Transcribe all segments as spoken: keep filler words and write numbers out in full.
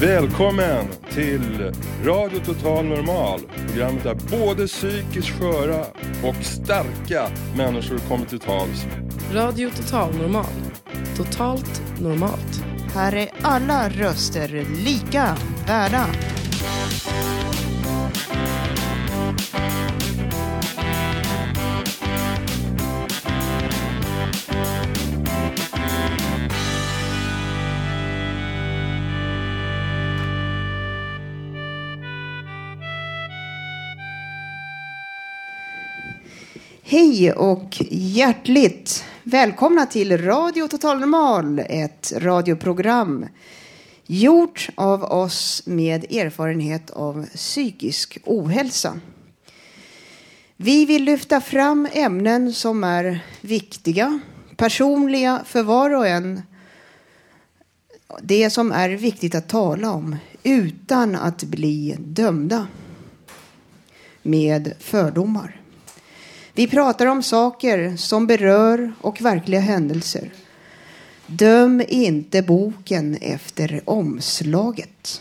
Välkommen till Radio Total Normal. Programmet där både psykiskt sköra och starka människor kommer till tals. Radio Total Normal. Totalt normalt. Här är alla röster lika värda. Hej och hjärtligt välkomna till Radio Total Normal, ett radioprogram gjort av oss med erfarenhet av psykisk ohälsa. Vi vill lyfta fram ämnen som är viktiga, personliga för var och en. Det som är viktigt att tala om utan att bli dömda med fördomar. Vi pratar om saker som berör och verkliga händelser. Döm inte boken efter omslaget.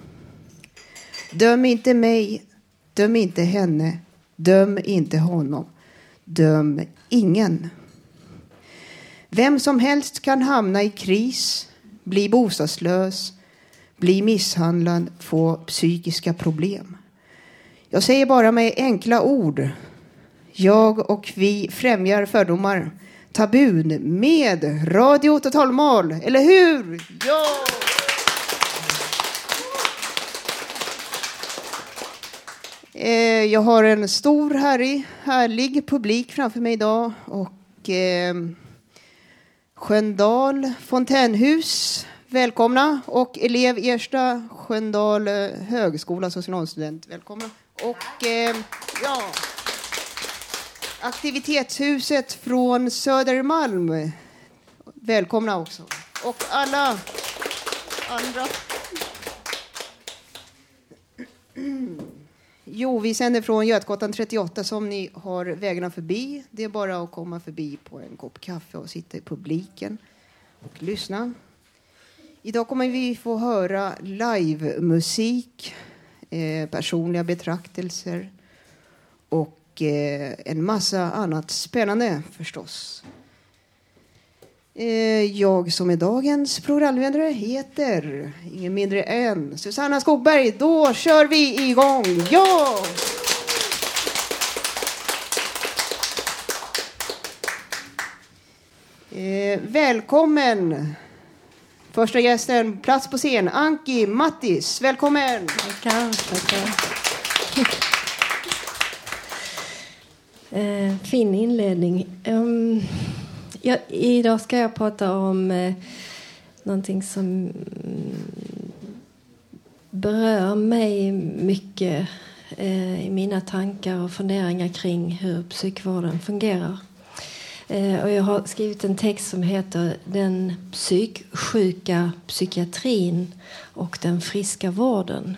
Döm inte mig, döm inte henne, döm inte honom, döm ingen. Vem som helst kan hamna i kris, bli bostadslös, bli misshandlad, få psykiska problem. Jag säger bara med enkla ord. Jag och vi främjar fördomar, tabun med Radio Total Normal, eller hur? Ja! Eh, jag har en stor härlig, härlig publik framför mig idag. Och eh, Sköndal Fontänhus, välkomna. Och elev Ersta Sköndal högskola, socionomstudent, välkomna. Och eh, ja... Aktivitetshuset från Södermalm. Välkomna också. Och alla andra. Jo, vi sänder från Götgatan trettioåtta som ni har vägarna förbi. Det är bara att komma förbi på en kopp kaffe och sitta i publiken och lyssna. Idag kommer vi få höra livemusik, eh, personliga betraktelser och en massa annat spännande förstås. Jag som är dagens programledare heter ingen mindre än Susanna Skogberg. Då kör vi igång. Ja! Välkommen. Första gästen, plats på scen, Anki Mattis. Välkommen. Tackar, tackar. Eh, fin inledning. Um, ja, idag ska jag prata om eh, någonting som mm, berör mig mycket eh, i mina tankar och funderingar kring hur psykvården fungerar. Eh, och jag har skrivit en text som heter Den psyksjuka psykiatrin och den friska vården.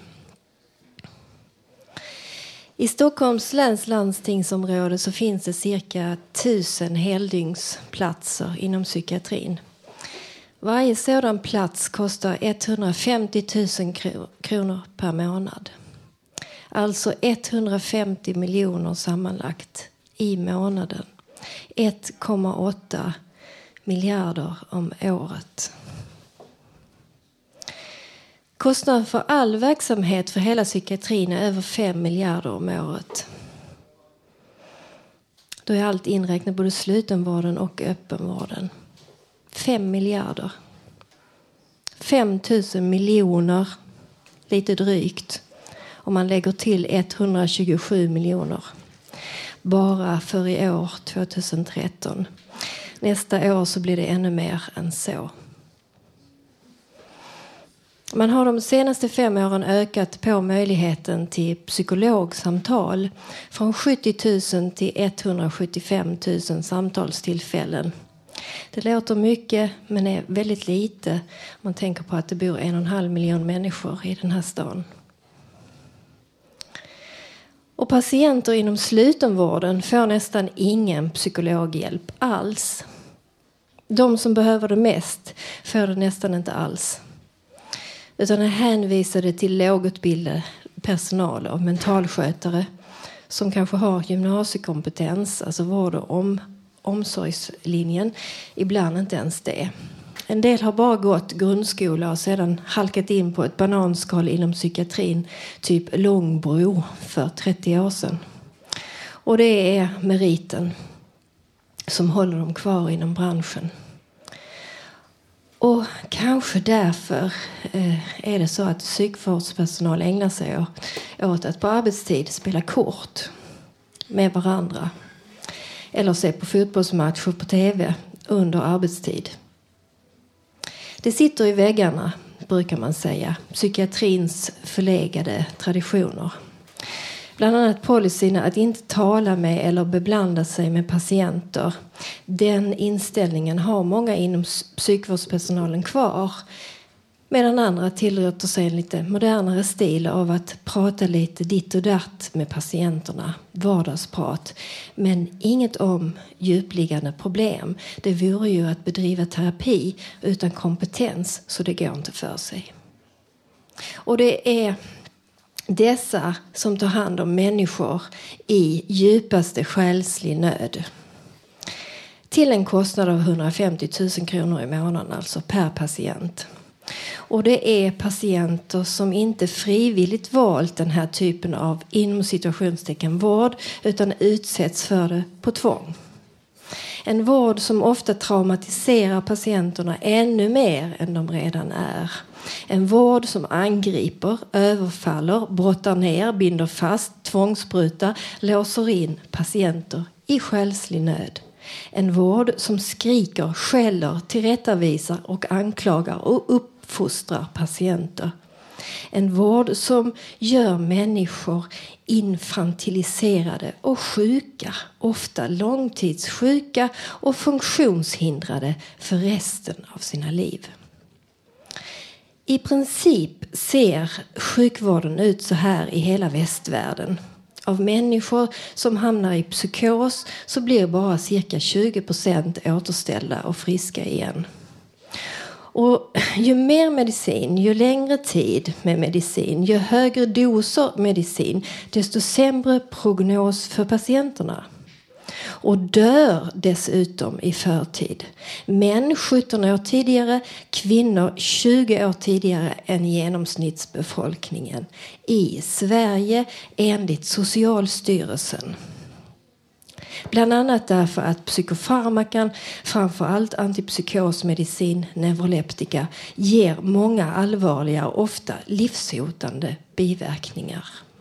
I Stockholms läns landstingsområde så finns det cirka tusen heldygnsplatser inom psykiatrin. Varje sådan plats kostar etthundrafemtio tusen kronor per månad. Alltså etthundrafemtio miljoner sammanlagt i månaden. ett komma åtta miljarder om året. Kostnaden för all verksamhet för hela psykiatrin är över fem miljarder om året. Då är allt inräknat, både slutenvården och öppenvården. fem miljarder. fem tusen miljoner, lite drygt. Om man lägger till etthundratjugosju miljoner. Bara för i år, tjugohundratretton. Nästa år så blir det ännu mer än så. Man har de senaste fem åren ökat på möjligheten till psykologsamtal från sjuttio tusen till etthundrasjuttiofem tusen samtalstillfällen. Det låter mycket men är väldigt lite om man tänker på att det bor en och en halv miljon människor i den här stan. Och patienter inom slutenvården får nästan ingen psykologhjälp alls. De som behöver det mest får det nästan inte alls. Utan han hänvisade till lågutbildad personal och mentalskötare som kanske har gymnasiekompetens, alltså vård- och om, omsorgslinjen. Ibland inte ens det. En del har bara gått grundskola och sedan halkat in på ett bananskal inom psykiatrin, typ Långbro för trettio år sedan. Och det är meriten som håller dem kvar inom branschen. Och kanske därför eh, är det så att psykvårdspersonal ägnar sig åt att på arbetstid spela kort med varandra. Eller se på fotbollsmatcher på tv under arbetstid. Det sitter i väggarna, brukar man säga, psykiatrins förlegade traditioner. Bland annat policyn att inte tala med eller beblanda sig med patienter. Den inställningen har många inom psykvårdspersonalen kvar. Medan andra tillåter sig en lite modernare stil av att prata lite ditt och datt med patienterna. Vardagsprat. Men inget om djupliggande problem. Det vore ju att bedriva terapi utan kompetens, så det går inte för sig. Och det är dessa som tar hand om människor i djupaste själslig nöd. Till en kostnad av hundrafemtio tusen kronor i månaden, alltså per patient. Och det är patienter som inte frivilligt valt den här typen av inom situationstecken vård utan utsätts för det på tvång. En vård som ofta traumatiserar patienterna ännu mer än de redan är. En vård som angriper, överfaller, brottar ner, binder fast, tvångsbryter, låser in patienter i själslig nöd. En vård som skriker, skäller, tillrättavisar och anklagar och uppfostrar patienter. En vård som gör människor infantiliserade och sjuka, ofta långtidssjuka och funktionshindrade för resten av sina liv. I princip ser sjukvården ut så här i hela västvärlden. Av människor som hamnar i psykos så blir bara cirka tjugo procent återställda och friska igen. Och ju mer medicin, ju längre tid med medicin, ju högre doser medicin, desto sämre prognos för patienterna. Och dör dessutom i förtid. Män sjutton år tidigare, kvinnor tjugo år tidigare än genomsnittsbefolkningen. I Sverige enligt Socialstyrelsen. Bland annat därför att psykofarmakan, framförallt antipsykosmedicin, neuroleptika, ger många allvarliga och ofta livshotande biverkningar.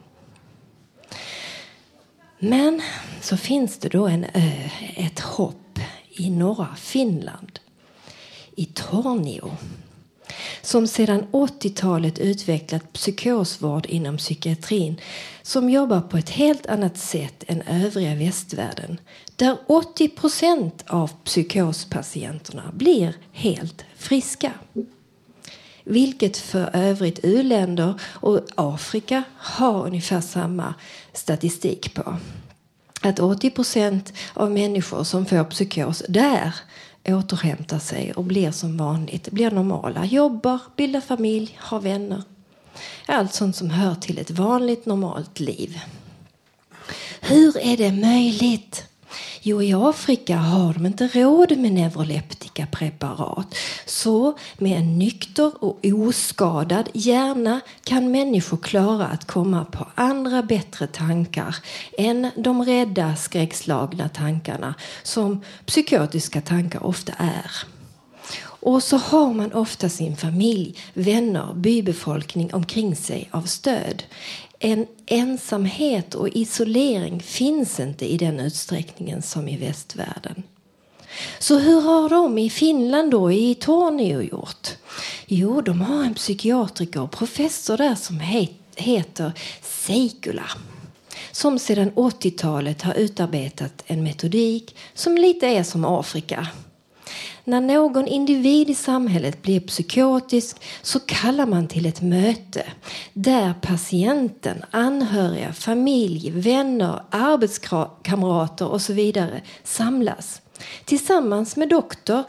Men så finns det då en ö, ett hopp i norra Finland, i Tornio, som sedan åttiotalet utvecklat psykosvård inom psykiatrin som jobbar på ett helt annat sätt än övriga västvärlden, där åttio procent av psykospatienterna blir helt friska. Vilket för övrigt u-länder och Afrika har ungefär samma statistik på. Att åttio procent av människor som får psykos där återhämtar sig och blir som vanligt. Blir normala, jobbar, bildar familj, har vänner. Allt sånt som hör till ett vanligt normalt liv. Hur är det möjligt? Jo, i Afrika har de inte råd med neuroleptika preparat. Så med en nykter och oskadad hjärna kan människor klara att komma på andra bättre tankar än de rädda, skräckslagna tankarna som psykotiska tankar ofta är. Och så har man ofta sin familj, vänner, bybefolkning omkring sig av stöd. En ensamhet och isolering finns inte i den utsträckningen som i västvärlden. Så hur har de i Finland då, i Tornio, gjort? Jo, de har en psykiatriker och professor där som heter Seikula. Som sedan åttiotalet har utarbetat en metodik som lite är som Afrika. När någon individ i samhället blir psykotisk så kallar man till ett möte där patienten, anhöriga, familj, vänner, arbetskamrater och så vidare samlas. Tillsammans med doktor,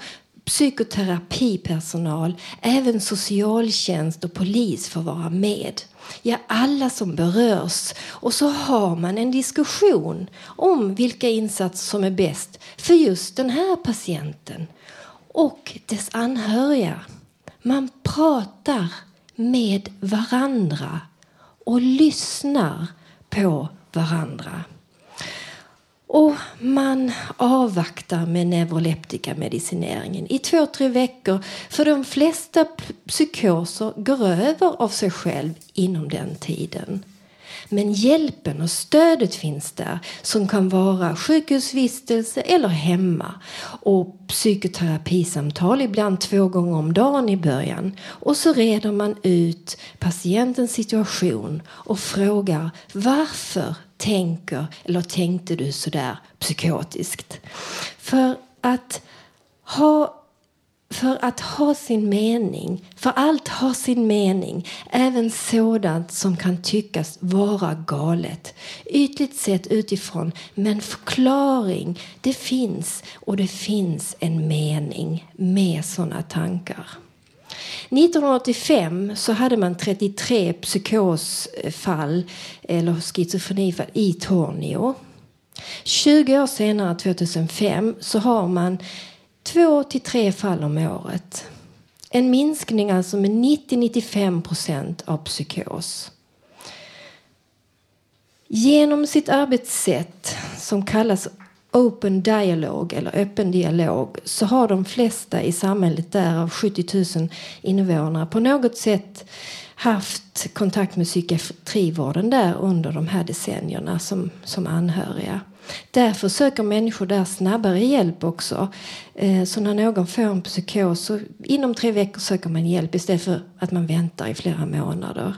psykoterapipersonal, även socialtjänst och polis får vara med. Ja, alla som berörs. Och så har man en diskussion om vilka insatser som är bäst för just den här patienten och dess anhöriga. Man pratar med varandra och lyssnar på varandra. Och man avvaktar med neuroleptikamedicineringen i två, tre veckor. För de flesta psykoser går över av sig själv inom den tiden. Men hjälpen och stödet finns där som kan vara sjukhusvistelse eller hemma. Och psykoterapisamtal ibland två gånger om dagen i början. Och så reder man ut patientens situation och frågar varför tänker eller tänkte du så där psykotiskt. För att ha För att ha sin mening, för allt har sin mening, även sådant som kan tyckas vara galet. Ytligt sett utifrån, men förklaring, det finns och det finns en mening med sådana tankar. nittonhundraåttiofem så hade man trettiotre psykosfall eller schizofrenifall i Tornio. tjugo år senare, tjugohundrafem, så har man två till tre fall om året. En minskning alltså med nittio till nittiofem procent av psykos. Genom sitt arbetssätt som kallas open dialogue eller öppen dialog så har de flesta i samhället där av sjuttio tusen invånare på något sätt haft kontakt med psykiatrivården där under de här decennierna som, som anhöriga. Därför söker människor där snabbare hjälp också. Så när någon får en psykos så inom tre veckor söker man hjälp istället för att man väntar i flera månader.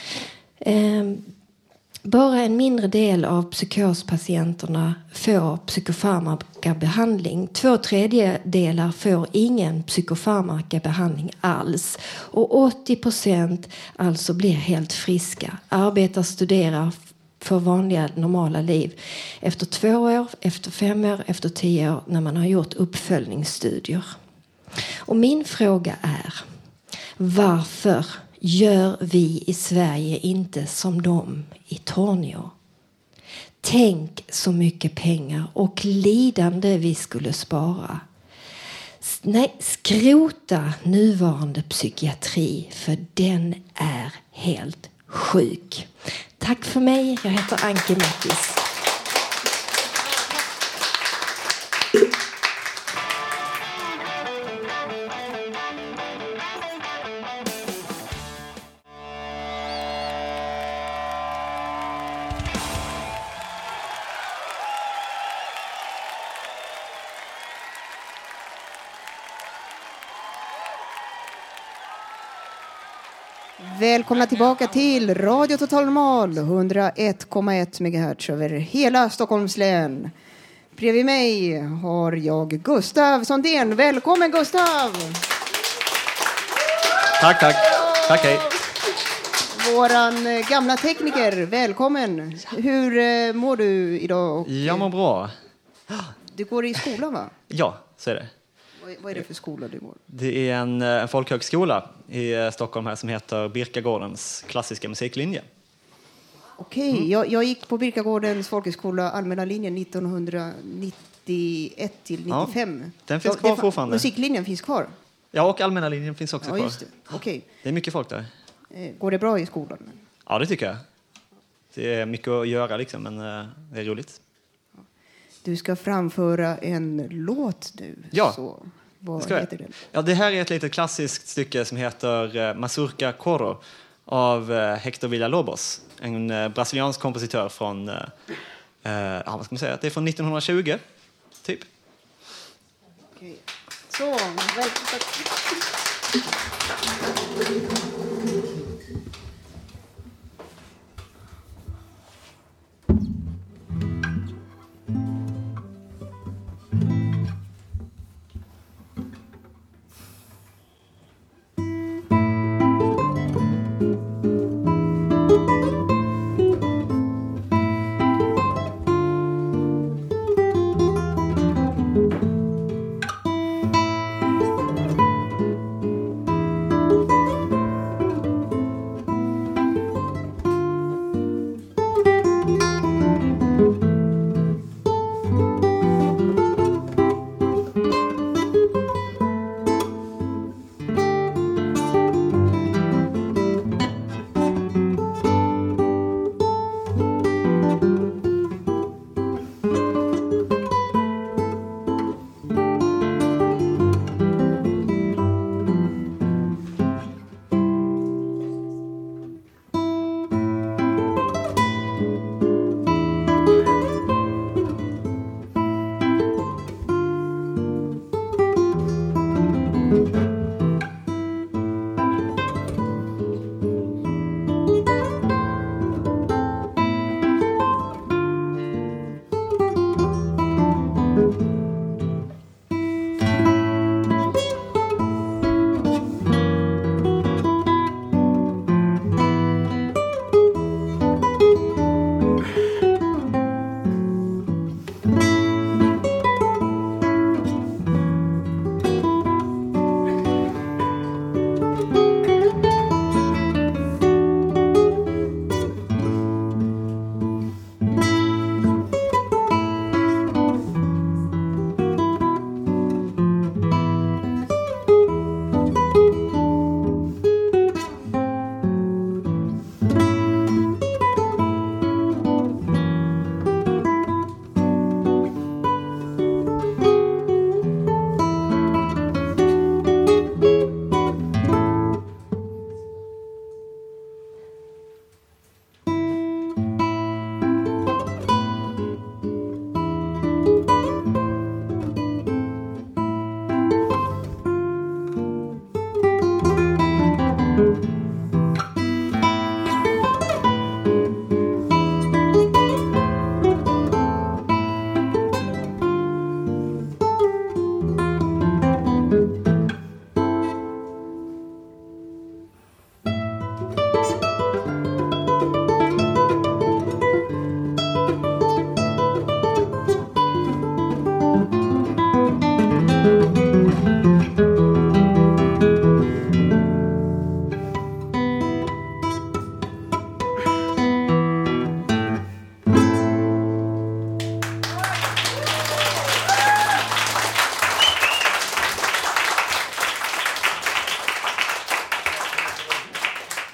Bara en mindre del av psykospatienterna får psykofarmakabehandling. Två tredjedelar får ingen psykofarmakabehandling alls. Och åttio procent alltså blir helt friska. Arbetar, studerar för vanliga normala liv. Efter två år, efter fem år, efter tio år när man har gjort uppföljningsstudier. Och min fråga är: varför gör vi i Sverige inte som de i Tornio? Tänk så mycket pengar och lidande vi skulle spara. Nej, skrota nuvarande psykiatri, för den är helt sjuk. Tack för mig. Jag heter Anke Mattis. Välkomna tillbaka till Radio Total Normal, hundraett komma ett megahertz över hela Stockholms län. Bredvid mig har jag Gustav Sondén. Välkommen Gustav! Tack, tack. Tack, hej. Våran gamla tekniker, välkommen. Hur mår du idag? Jag mår bra. Du går i skolan, va? Ja, så är det. Vad är det för skola du går? Det är en, en folkhögskola i Stockholm här som heter Birkagårdens klassiska musiklinje. Okej, mm. jag, jag gick på Birkagårdens folkhögskola allmänna linjen nittonhundranittioett till nittiofem. Ja, den finns så, kvar fortfarande. Musiklinjen finns kvar? Ja, och allmänna linjen finns också ja, kvar. Just det. Okay. Det är mycket folk där. Går det bra i skolan? Ja, det tycker jag. Det är mycket att göra liksom, men det är roligt. Du ska framföra en låt nu. Ja, så, vad ska heter den? Ja, det här är ett litet klassiskt stycke som heter Mazurka Coro av Hector Villa-Lobos. En brasiliansk kompositör från, eh, ja, vad ska man säga, det är från nittonhundratjugo, typ. Okej. Så, välkommen.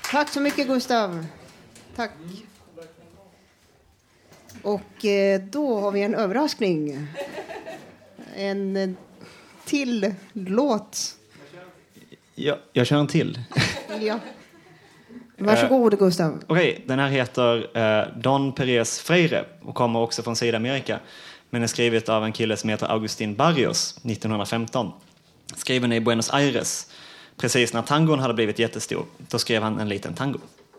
Tack så mycket, Gustav. Tack. Och eh, då har vi en överraskning. En eh, till låt. Ja, jag kör en till. Ja. Varsågod, Gustav. Okej, okay, den här heter uh, Don Pérez Freire och kommer också från Sydamerika. Men är skrivet av en kille som heter Agustín Barrios nittonhundrafemton. Skriven i Buenos Aires. Precis när tangon hade blivit jättestor. Då skrev han en liten tango.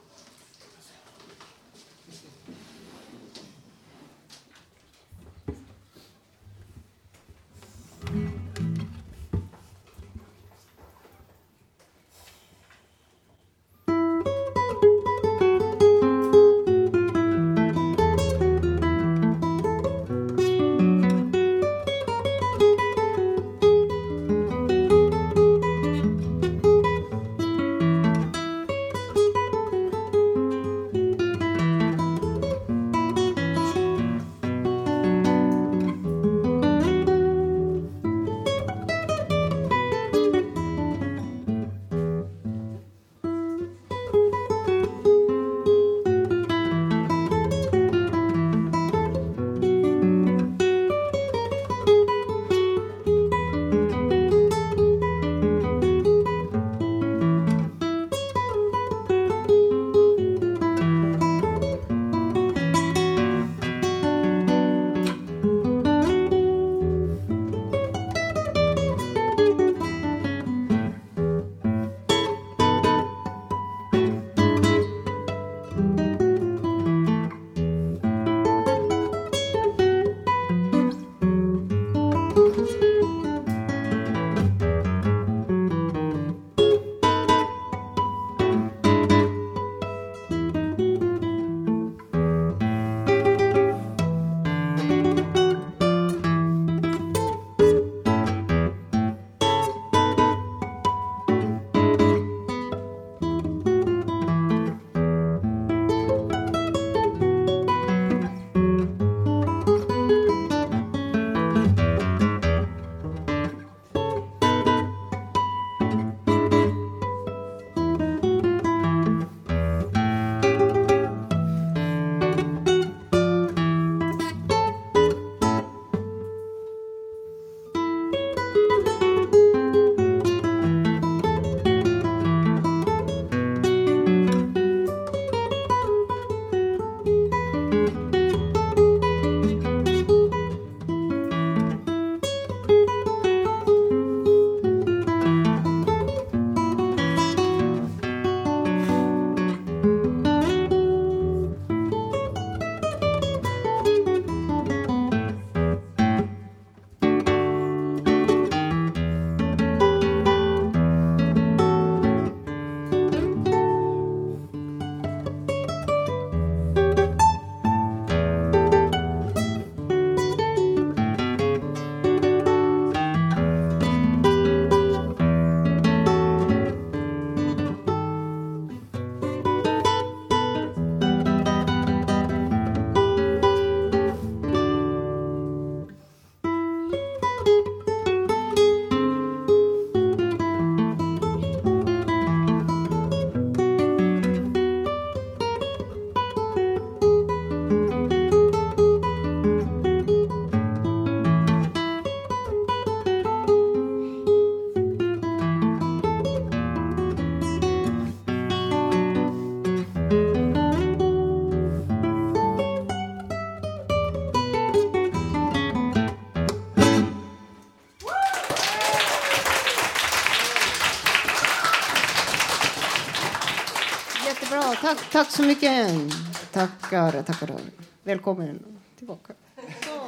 Bra, tack, tack så mycket. Tackar, tackar. Välkommen tillbaka. Så.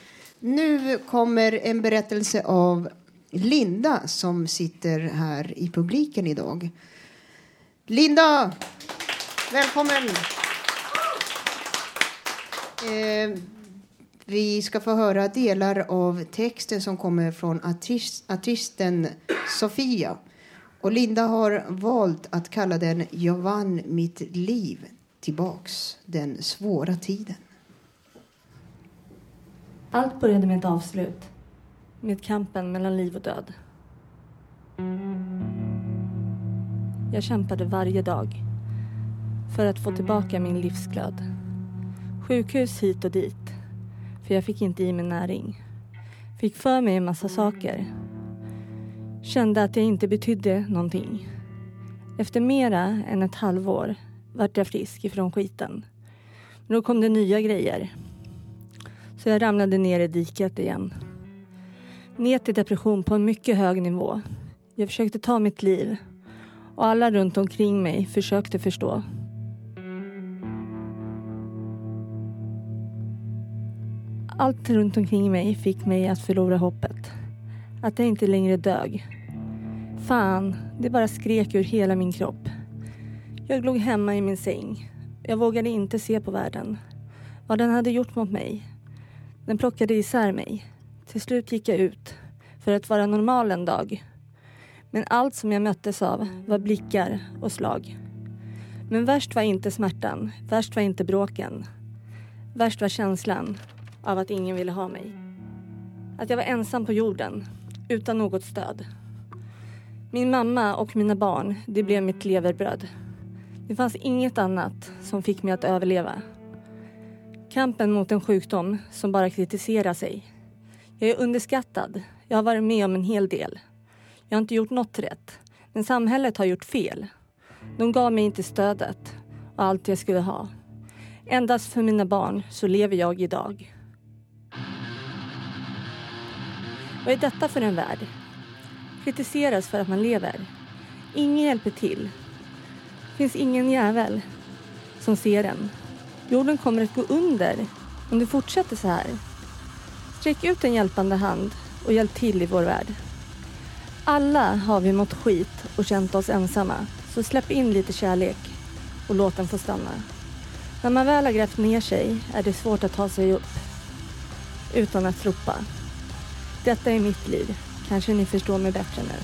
Nu kommer en berättelse av Linda som sitter här i publiken idag. Linda, välkommen. Eh, vi ska få höra delar av texten som kommer från artist, artisten Sofia. Och Linda har valt att kalla den Jag vann mitt liv tillbaks, den svåra tiden. Allt började med ett avslut. Med kampen mellan liv och död. Jag kämpade varje dag. för att få tillbaka min livsglöd. Sjukhus hit och dit, för jag fick inte i mig näring. Fick för mig en massa saker. Kände att jag inte betydde någonting. Efter mera än ett halvår vart jag frisk ifrån skiten. Men då kom det nya grejer. Så jag ramlade ner i diket igen. Ner till depression på en mycket hög nivå. Jag försökte ta mitt liv. Och alla runt omkring mig försökte förstå. Allt runt omkring mig fick mig att förlora hoppet. Att jag inte längre dög. Fan, det bara skrek ur hela min kropp. Jag låg hemma i min säng. Jag vågade inte se på världen. Vad den hade gjort mot mig. Den plockade isär mig. Till slut gick jag ut för att vara normal en dag. Men allt som jag möttes av var blickar och slag. Men värst var inte smärtan. Värst var inte bråken. Värst var känslan av att ingen ville ha mig. Att jag var ensam på jorden, utan något stöd. Min mamma och mina barn, det blev mitt leverbröd. Det fanns inget annat som fick mig att överleva. Kampen mot en sjukdom som bara kritiserar sig. Jag är underskattad. Jag har varit med om en hel del. Jag har inte gjort något rätt. Men samhället har gjort fel. De gav mig inte stödet och allt jag skulle ha. Endast för mina barn så lever jag idag. Vad är detta för en värld? Kritiseras för att man lever. Ingen hjälper till. Finns ingen jävel som ser en. Jorden kommer att gå under om det fortsätter så här. Sträck ut en hjälpande hand och hjälp till i vår värld. Alla har vi mått skit och känt oss ensamma. Så släpp in lite kärlek och låt den få stanna. När man väl har grävt ner sig är det svårt att ta sig upp utan att ropa. Detta är mitt liv. Kanske ni förstår mig bättre nu.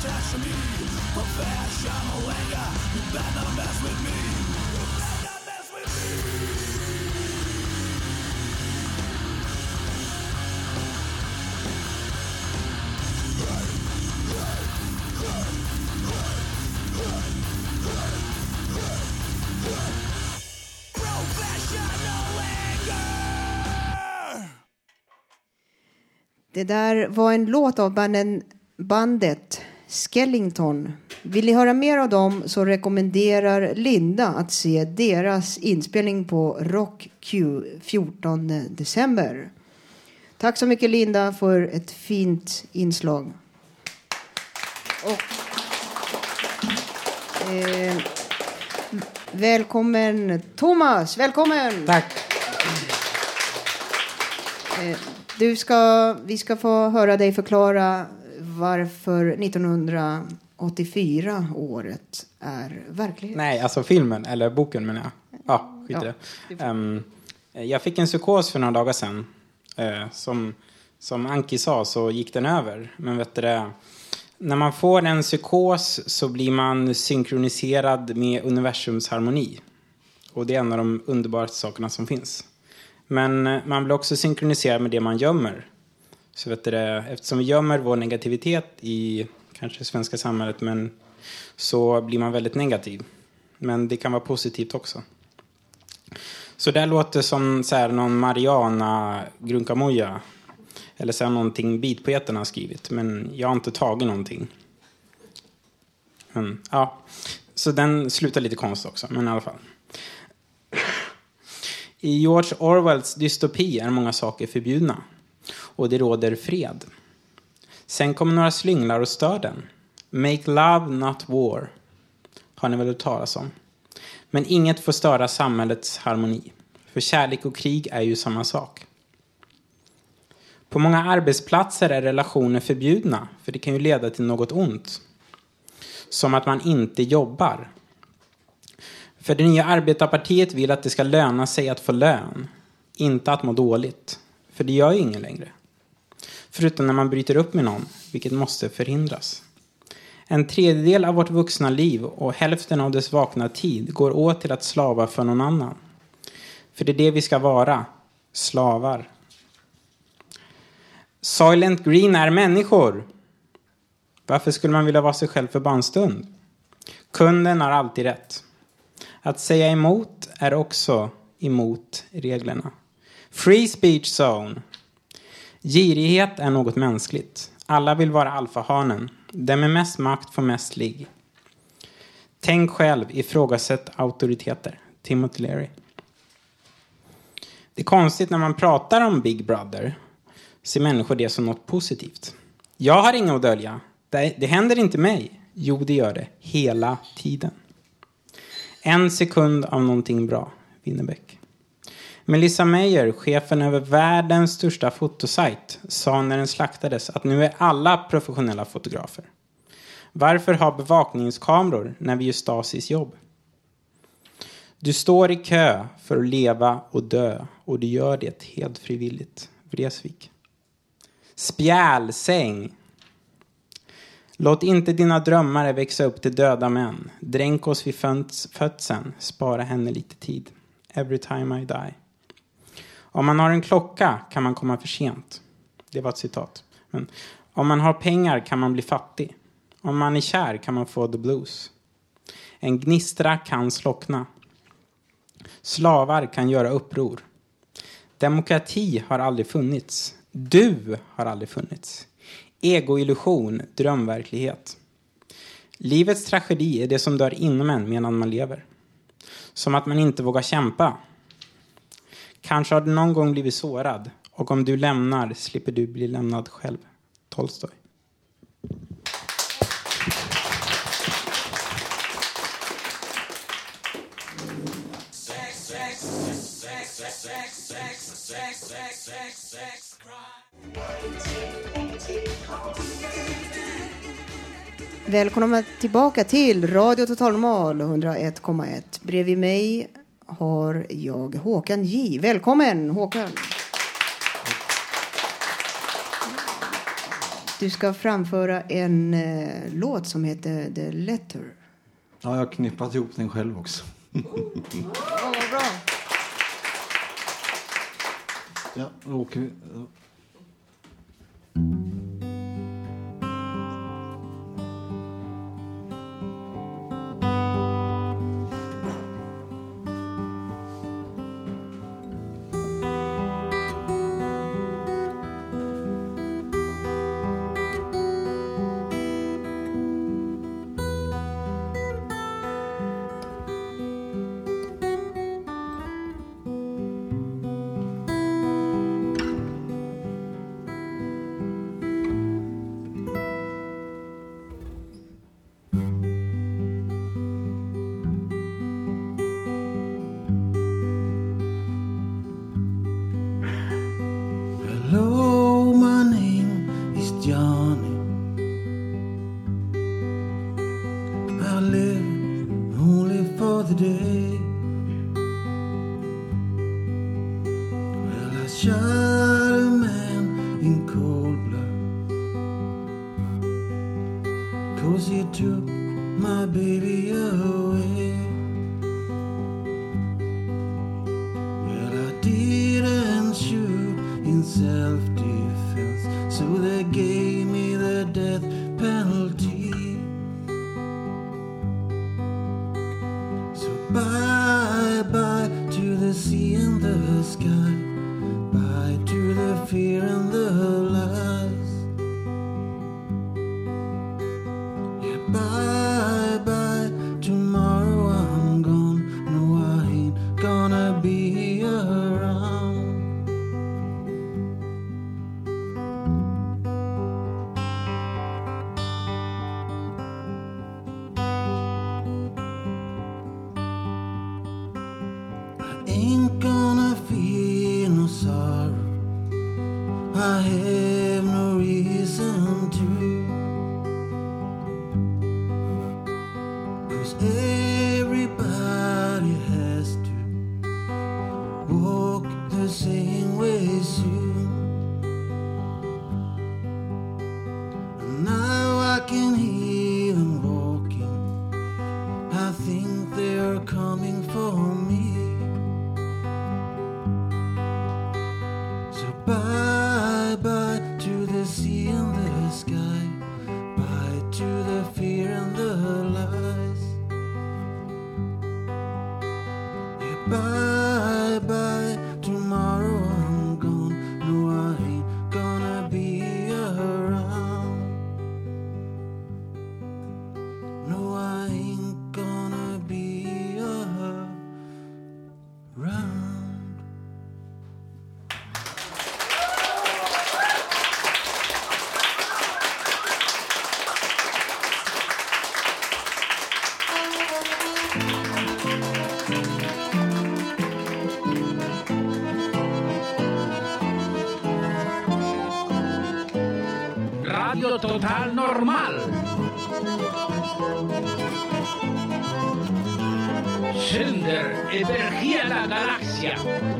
Det där var en låt av banden, bandet Skellington. Vill ni höra mer av dem så rekommenderar Linda att se deras inspelning på Rock Q fjortonde december. Tack så mycket Linda för ett fint inslag. Och, eh, välkommen Thomas, välkommen! Tack! Eh, Du ska, vi ska få höra dig förklara varför nittonhundraåttiofyra året är verklighet. Nej, alltså filmen eller boken menar jag. Ja, skit i det. Um, jag fick en psykos för några dagar sedan. Uh, som, som Anki sa så gick den över. Men vet du det, när man får en psykos så blir man synkroniserad med universums harmoni. Och det är en av de underbaraste sakerna som finns. Men man blir också synkroniserad med det man gömmer. Så vet du det, eftersom vi gömmer vår negativitet i kanske det svenska samhället, men så blir man väldigt negativ. Men det kan vara positivt också. Så det låter som så här, någon Mariana Grunkamoja. Eller så här, någonting Beatpoeten har skrivit. Men jag har inte tagit någonting. Men, ja. Så den slutar lite konstigt också, men i alla fall. I George Orwells dystopi är många saker förbjudna. Och det råder fred. Sen kommer några slynglar och stör den. Make love, not war. Har ni väl hört talas om. Men inget får störa samhällets harmoni. För kärlek och krig är ju samma sak. På många arbetsplatser är relationer förbjudna. För det kan ju leda till något ont. Som att man inte jobbar. För det nya arbetarpartiet vill att det ska löna sig att få lön. Inte att må dåligt. För det gör ju ingen längre. Förutom när man bryter upp med någon. Vilket måste förhindras. En tredjedel av vårt vuxna liv och hälften av dess vakna tid går åt till att slava för någon annan. För det är det vi ska vara. Slavar. Soylent Green är människor. Varför skulle man vilja vara sig själv för bandstund? Kunden har alltid rätt. Att säga emot är också emot reglerna. Free speech zone. Girighet är något mänskligt. Alla vill vara alfahanen. Den med mest makt får mest ligg. Tänk själv, ifrågasätt auktoriteter. Timothy Leary. Det är konstigt när man pratar om Big Brother. Ser människor det som något positivt. Jag har inget att dölja. Det, det händer inte mig. Jo, det gör det. Hela tiden. En sekund av någonting bra. Winnerbäck. Melissa Meyer, chefen över världens största fotosajt, sa när den slaktades att nu är alla professionella fotografer. Varför ha bevakningskameror när vi gör Stasis jobb? Du står i kö för att leva och dö och du gör det helt frivilligt. Vresvik. Spjälsäng. Låt inte dina drömmar växa upp till döda män. Dränk oss vid födseln. Spara henne lite tid. Every time I die. Om man har en klocka kan man komma för sent. Det var ett citat. Men om man har pengar kan man bli fattig. Om man är kär kan man få the blues. En gnistra kan slockna. Slavar kan göra uppror. Demokrati har aldrig funnits. Du har aldrig funnits. Egoillusion, drömverklighet. Livets tragedi är det som dör inom en medan man lever. Som att man inte vågar kämpa. Kanske har du någon gång blivit sårad. Och om du lämnar slipper du bli lämnad själv. Tolstoj. Välkomna tillbaka till Radio Total Normal hundra ett komma ett. Bredvid mig har jag Håkan J. Välkommen Håkan. Du ska framföra en eh, låt som heter The Letter. Ja, jag har knippat ihop den själv också. Åh, vad bra. Ja, då åker vi. Hello, my name is Johnny. I live only for the day. Well, I shot a man in cold blood, 'cause he took my baby away. Well, I didn't shoot in self-defense, so they gave me the death penalty. So bye bye to the sea and the sky, bye to the fear and the lies. Yeah, bye bye, tomorrow I'm gone, no I ain't gonna be around. Ain't gonna feel no sorrow, I have no reason to, 'cause everybody has to walk the same way soon. And now I can hear them walking, I think they're coming for me. So bye bye to the sea and the sky, bye to the fear and the lies. Yeah, bye bye, tomorrow I'm gone, no I ain't gonna be around. No I ain't gonna be around. Radio Total Normal. Sänder över hela galaxien.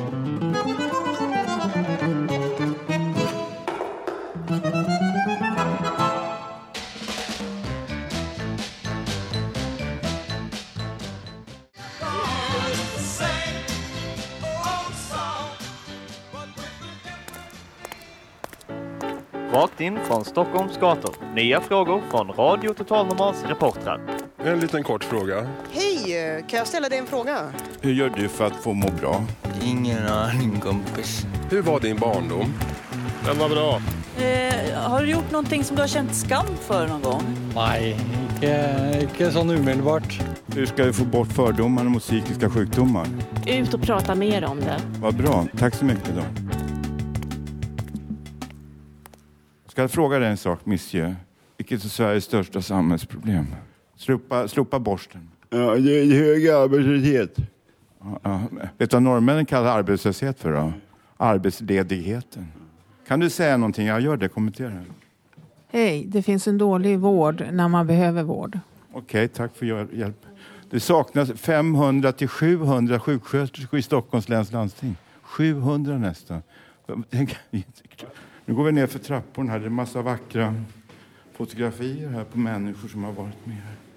Rakt in från Stockholms gator. Nya frågor från Radio Total Normals reportrar. En liten kort fråga. Hej, kan jag ställa dig en fråga? Hur gör du för att få må bra? Ingen aning, kompis. Hur var din barndom? Den var bra. Eh, har du gjort någonting som du har känt skam för någon gång? Nej, inte, inte så omedelbart. Hur ska vi få bort fördomarna mot psykiska sjukdomar? Ut och prata mer om det. Vad bra, tack så mycket då. Ska jag fråga dig en sak, monsieur? Vilket är Sveriges största samhällsproblem? Slopa, slopa borsten. Ja, det är hög arbetslöshet. Ja, ja. Vet du vad norrmännen kallar arbetslöshet för då? Arbetsledigheten. Kan du säga någonting? Jag gör det, kommentera. Hej, det finns en dålig vård när man behöver vård. Okej, tack för hjälp. Det saknas femhundra till sjuhundra sjuksköterskor i Stockholms läns landsting. sjuhundra nästan. Nu går vi ner för trapporna här. Det är en massa vackra fotografier här på människor som har varit med här.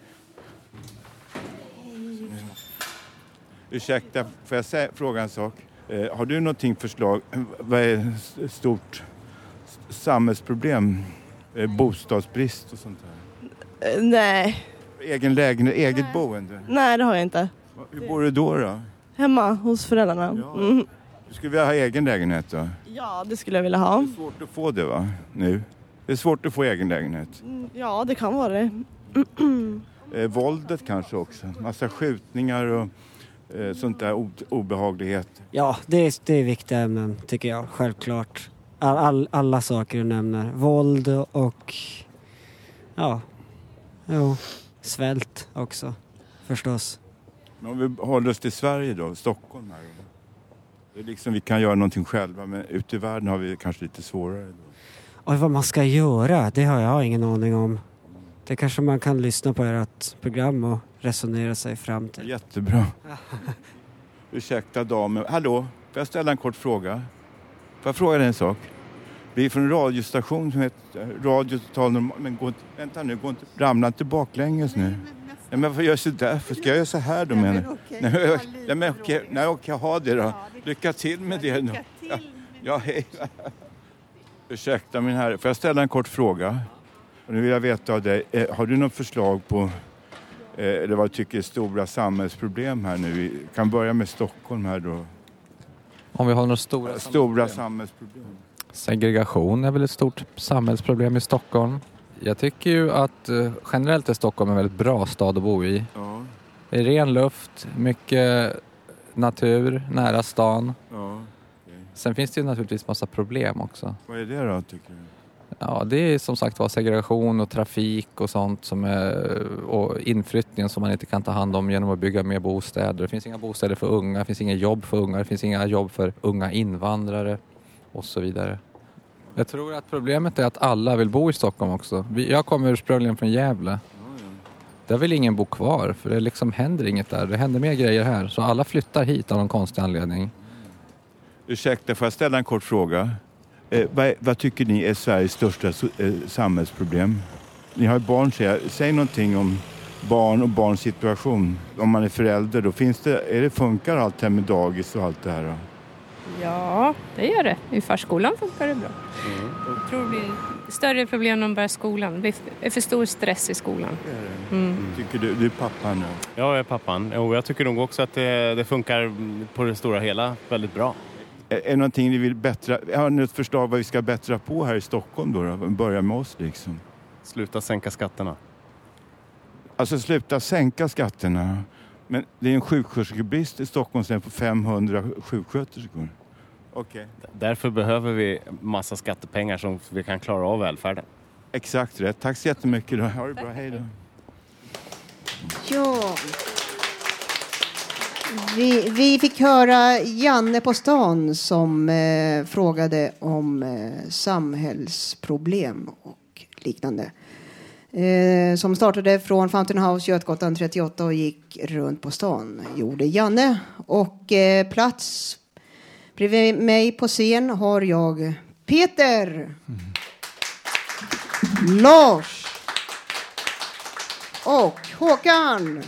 Ursäkta, får jag säga, fråga en sak? Eh, har du någonting förslag? Vad är ett stort samhällsproblem? Eh, bostadsbrist och sånt där? Uh, nej. Egen lägenhet, eget nej. boende? Nej, det har jag inte. Hur bor du då då? Hemma hos föräldrarna. Ja. Mm. Du skulle vilja ha egen lägenhet då? Ja, det skulle jag vilja ha. Det är svårt att få det va? Nu? Det är svårt att få egen lägenhet. Mm, ja, det kan vara det. eh, våldet kanske också. Massa skjutningar och eh, sånt där o- obehaglighet. Ja, det är, det är viktiga ämnen tycker jag. Självklart. All, all, alla saker du nämner. Våld och ja, jo, svält också förstås. Men om vi håller oss till Sverige då, Stockholm här. Det är liksom vi kan göra någonting själva, men ute i världen har vi kanske lite svårare då. Och vad man ska göra, det har jag ingen aning om. Det kanske man kan lyssna på ert program och resonera sig fram till. Jättebra. Ursäkta damen. Hallå, får jag ställa en kort fråga? Får jag fråga dig en sak? Vi är från en radiostation som heter Radio Total Normal. Men gå inte, vänta nu, gå inte, ramla inte baklänges nu. Nej, men vad gör jag så där? För ska jag göra så här då menar jag? Nej, men, nej, men okej, nej, okej, ha det då. Lycka till med det då. Ja, ja hej. Ursäkta min herre, får jag ställa en kort fråga? Och nu vill jag veta av dig, eh, har du något förslag på eh, eller vad du tycker är stora samhällsproblem här nu? Vi kan börja med Stockholm här då. Om vi har några stora, stora samhällsproblem. Segregation är väl ett stort samhällsproblem i Stockholm. Jag tycker ju att eh, generellt är Stockholm en väldigt bra stad att bo i. Ja. Det är ren luft, mycket natur, nära stan. Ja, okay. Sen finns det ju naturligtvis massa problem också. Vad är det då tycker du? Ja, det är som sagt var segregation och trafik och sånt som är, och inflyttningen som man inte kan ta hand om genom att bygga mer bostäder. Det finns inga bostäder för unga, det finns inga jobb för unga, det finns inga jobb för unga invandrare och så vidare. Jag tror att problemet är att alla vill bo i Stockholm också. Jag kommer ursprungligen från Gävle. Där vill ingen bo kvar för det liksom händer inget där. Det händer mer grejer här. Så alla flyttar hit av någon konstig anledning. Ursäkta, får jag ställa en kort fråga? Eh, vad, vad tycker ni är Sveriges största eh, samhällsproblem? Ni har ju barn, säg, säg någonting om barn och barns situation. Om man är förälder, då finns det, är det funkar allt här med dagis och allt det här då? Ja, det gör det. I förskolan funkar det bra. Mm. Jag tror det blir större problem när de börjar skolan. Det är för stor stress i skolan. Mm. Tycker du, du är pappan nu? Ja, jag är pappan. Och jag tycker nog också att det, det funkar på det stora hela väldigt bra. Är, är det någonting ni vill bättra? Har ni ett förslag vad vi ska bättra på här i Stockholm då? då? Börja med oss liksom. Sluta sänka skatterna. Alltså sluta sänka skatterna. Men det är en sjuksköterskebrist i Stockholm sen på femhundra sjuksköterskor. Okay. Därför behöver vi massa skattepengar som vi kan klara av välfärden. Exakt rätt. Tack så jättemycket då. Ha det bra. Hej då. Ja. Vi, vi fick höra Janne på stan som eh, frågade om eh, samhällsproblem och liknande. Eh, som startade från Fountain House Götgatan trettioåtta och gick runt på stan. Gjorde Janne. Och eh, plats bredvid mig på scen har jag Peter. Mm. Lars. Och Håkan.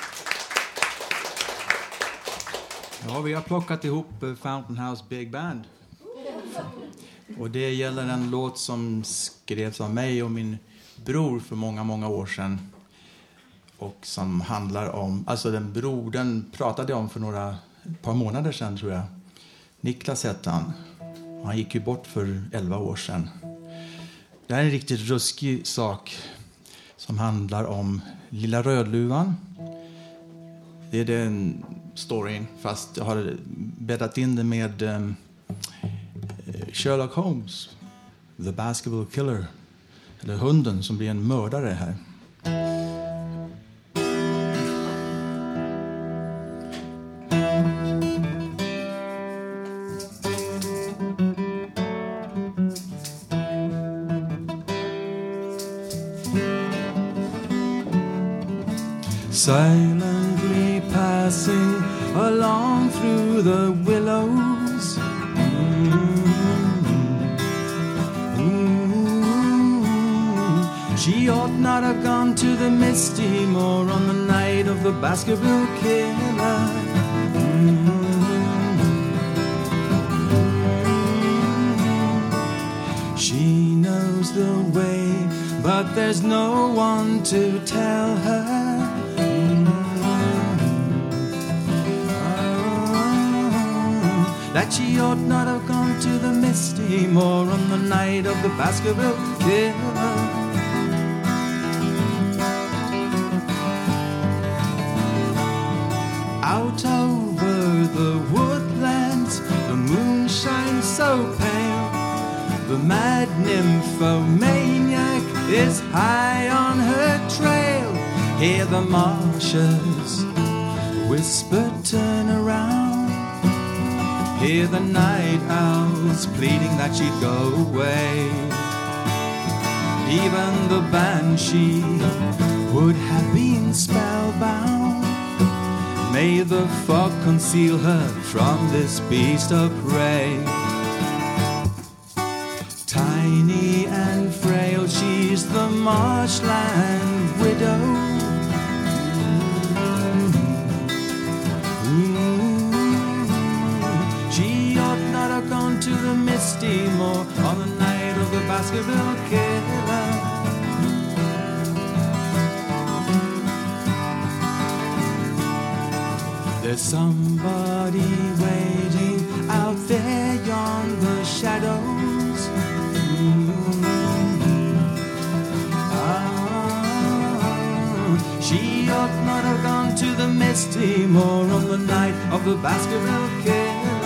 Ja, vi har plockat ihop Fountain House Big Band. Och det gäller en låt som skrevs av mig och min bror för många, många år sedan. Och som handlar om, alltså den brodern pratade jag om för några, ett par månader sedan tror jag. Niklas hette han. Han gick ju bort för elva år sedan. Det här är en riktigt ruskig sak som handlar om Lilla Rödluvan. Det är den storyn, fast jag har bäddat in det med um, Sherlock Holmes, The Basketball Killer, eller hunden som blir en mördare här. Silently passing along through the willows, mm-hmm. She ought not have gone to the Misty Moor on the night of the Baskerville Killer. Mm-hmm. She knows the way, but there's no one to tell her. That she ought not have gone to the Misty Moor on the night of the Baskerville Killer. Out over the woodlands, the moon shines so pale. The mad nymphomaniac is high on her trail. Hear the marshes whisper, turn around. Hear the night owls pleading that she'd go away. Even the banshee would have been spellbound. May the fog conceal her from this beast of prey. Tiny and frail, she's the marshland widow. Gone to the Misty Moor on the night of the Baskerville Killer. There's somebody waiting out there yonder shadows. Mm-hmm. Ah, she ought not have gone to the Misty Moor on the night of the Baskerville Killer.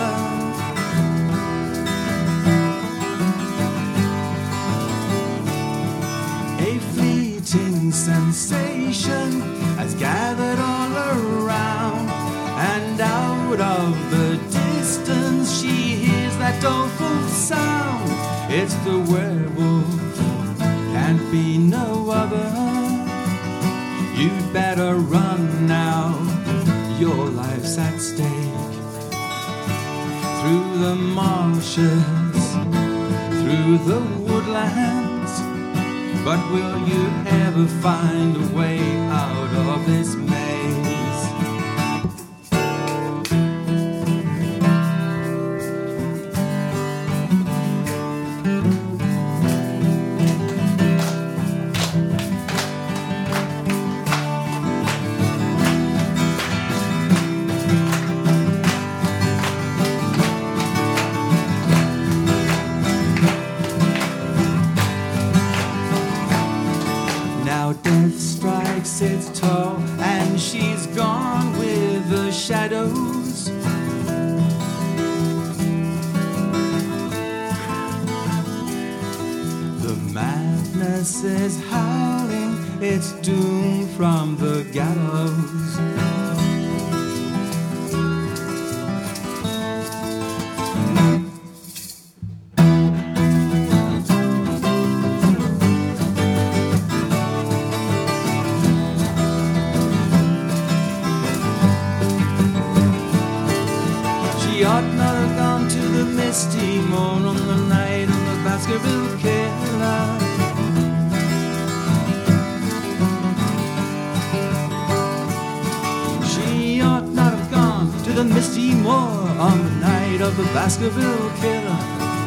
Sensation has gathered all around, and out of the distance she hears that doleful sound. It's the werewolf, can't be no other. You'd better run now, your life's at stake. Through the marshes, through the woodlands. But will you ever find a way out of this maze? Sits tall and she's gone with the shadows. The madness is howling, it's doom from the gallows. Misty Moor on the night of the Baskerville Killer. She ought not have gone to the Misty Moor on the night of the Baskerville Killer.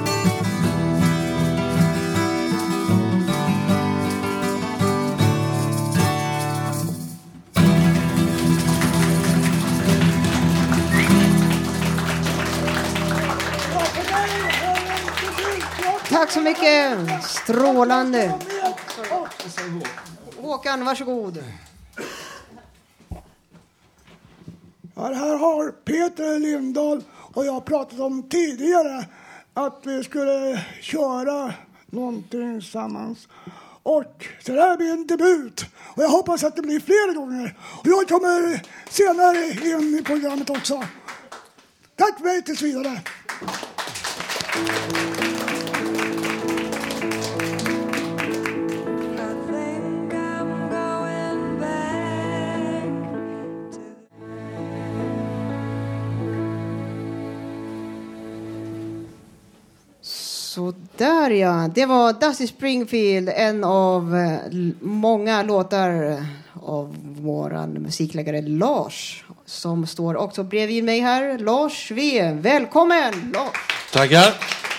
Tack så mycket. Strålande. Håkan, varsågod. Ja, det här har Peter Lindahl och jag pratat om tidigare. Att vi skulle köra någonting tillsammans. Och så det här blir en debut. Och jag hoppas att det blir fler gånger. Och jag kommer senare in i programmet också. Tack för mig tills vidare. Så där ja, det var Dusty Springfield, en av eh, många låtar av våran musikläggare Lars, som står också bredvid mig här. Lars V, välkommen Lars! Tackar!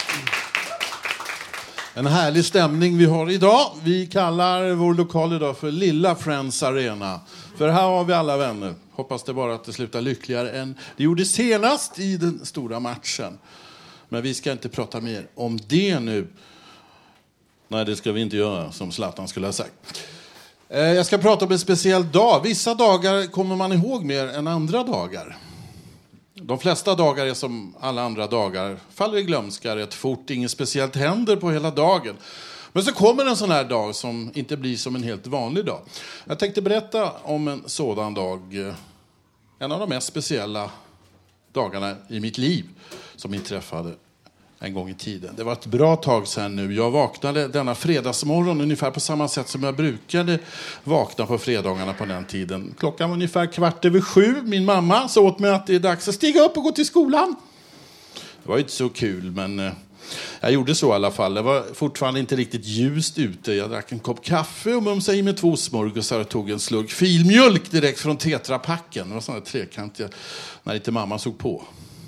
En härlig stämning vi har idag. Vi kallar vår lokal idag för Lilla Friends Arena. För här har vi alla vänner. Hoppas det bara att det slutar lyckligare än det gjorde senast i den stora matchen. Men vi ska inte prata mer om det nu. Nej, det ska vi inte göra, som Zlatan skulle ha sagt. Jag ska prata om en speciell dag. Vissa dagar kommer man ihåg mer än andra dagar. De flesta dagar är som alla andra dagar. Faller i glömska rätt fort. Inget speciellt händer på hela dagen. Men så kommer en sån här dag som inte blir som en helt vanlig dag. Jag tänkte berätta om en sådan dag. En av de mest speciella dagarna i mitt liv som inträffade en gång i tiden. Det var ett bra tag sedan nu. Jag vaknade denna fredagsmorgon ungefär på samma sätt som jag brukade vakna på fredagarna på den tiden. Klockan var ungefär kvart över sju. Min mamma sa åt mig att det är dags att stiga upp och gå till skolan. Det var inte så kul, men eh, jag gjorde så i alla fall. Det var fortfarande inte riktigt ljust ute. Jag drack en kopp kaffe och mumsade i med två smörgåsar och tog en slugg filmjölk direkt från tetrapacken. Det var sådana trekantiga när inte mamma såg på.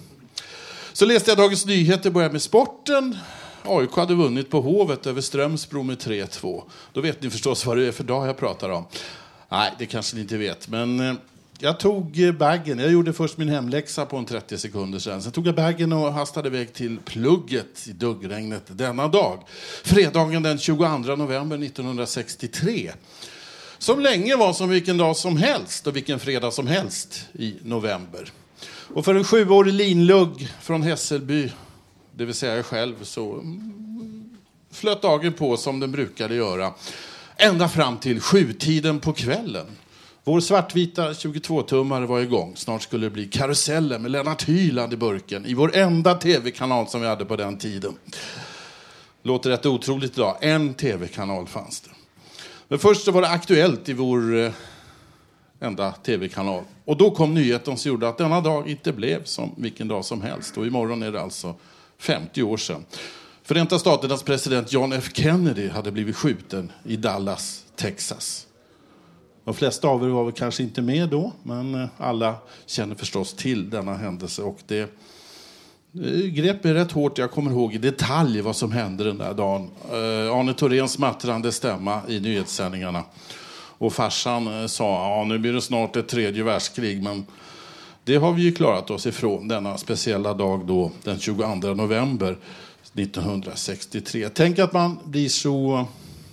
Så läste jag Dagens Nyheter, började med sporten. A I K hade vunnit på Hovet över Strömsbro med tre två. Då vet ni förstås vad det är för dag jag pratar om. Nej, det kanske ni inte vet. Men eh, jag tog baggen. Jag gjorde först min hemläxa på en trettio sekunder sedan. Sen tog jag baggen och hastade iväg till plugget i duggregnet denna dag. Fredagen den tjugoandra november nittonhundrasextiotre. Som länge var som vilken dag som helst och vilken fredag som helst i november. Och för en sjuårig linlugg från Hässelby, det vill säga jag själv, så flöt dagen på som den brukade göra. Ända fram till sjutiden på kvällen. Vår svartvita tjugotvå-tummare var igång. Snart skulle det bli Karusellen med Lennart Hyland i burken. I vår enda tv-kanal som vi hade på den tiden. Låter rätt otroligt idag. En tv-kanal fanns det. Men först så var det Aktuellt i vår enda tv-kanal. Och då kom nyheten som gjorde att denna dag inte blev som vilken dag som helst. Och imorgon är det alltså femtio år sedan. Förenta Staternas president John F. Kennedy hade blivit skjuten i Dallas, Texas. De flesta av er var väl kanske inte med då, men alla känner förstås till denna händelse. Och det, det grep mig rätt hårt. Jag kommer ihåg i detalj vad som hände den där dagen. Uh, Arne Thoréns mattrande stämma i nyhetssändningarna. Och farsan sa, ja nu blir det snart ett tredje världskrig, men det har vi ju klarat oss ifrån denna speciella dag då, den tjugoandra november nittonhundrasextiotre. Tänk att man blir så,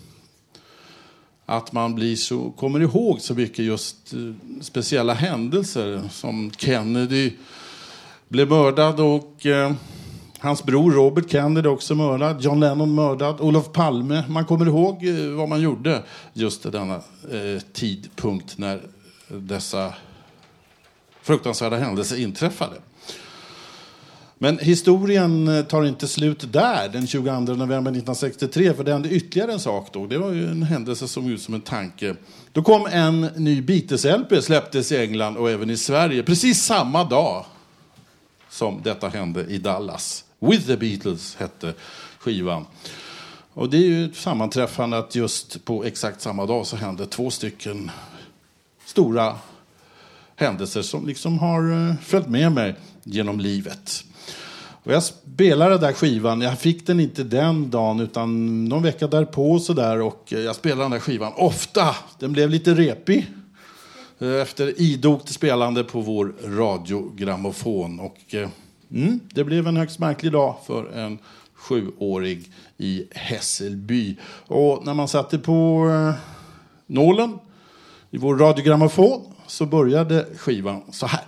att man blir så, kommer ihåg så mycket just speciella händelser som Kennedy blev mördad och eh, hans bror Robert Kennedy också mördad, John Lennon mördad, Olof Palme. Man kommer ihåg vad man gjorde just denna eh, tidpunkt när dessa fruktansvärda händelser inträffade. Men historien tar inte slut där den tjugoandra november nittonhundrasextiotre, för det hände ytterligare en sak då. Det var ju en händelse som ut som en tanke. Då kom en ny Beatles-L P, släpptes i England och även i Sverige precis samma dag som detta hände i Dallas. With the Beatles hette skivan. Och det är ju ett sammanträffande att just på exakt samma dag så hände två stycken stora händelser som liksom har följt med mig genom livet. Och jag spelade den där skivan, jag fick den inte den dagen utan någon vecka därpå så där, och jag spelade den där skivan ofta. Den blev lite repig efter idogt spelande på vår radiogrammofon, och mm, det blev en högst märklig dag för en sjuårig i Hässelby. Och när man satte på eh, nålen i vår radiogrammofon så började skivan så här.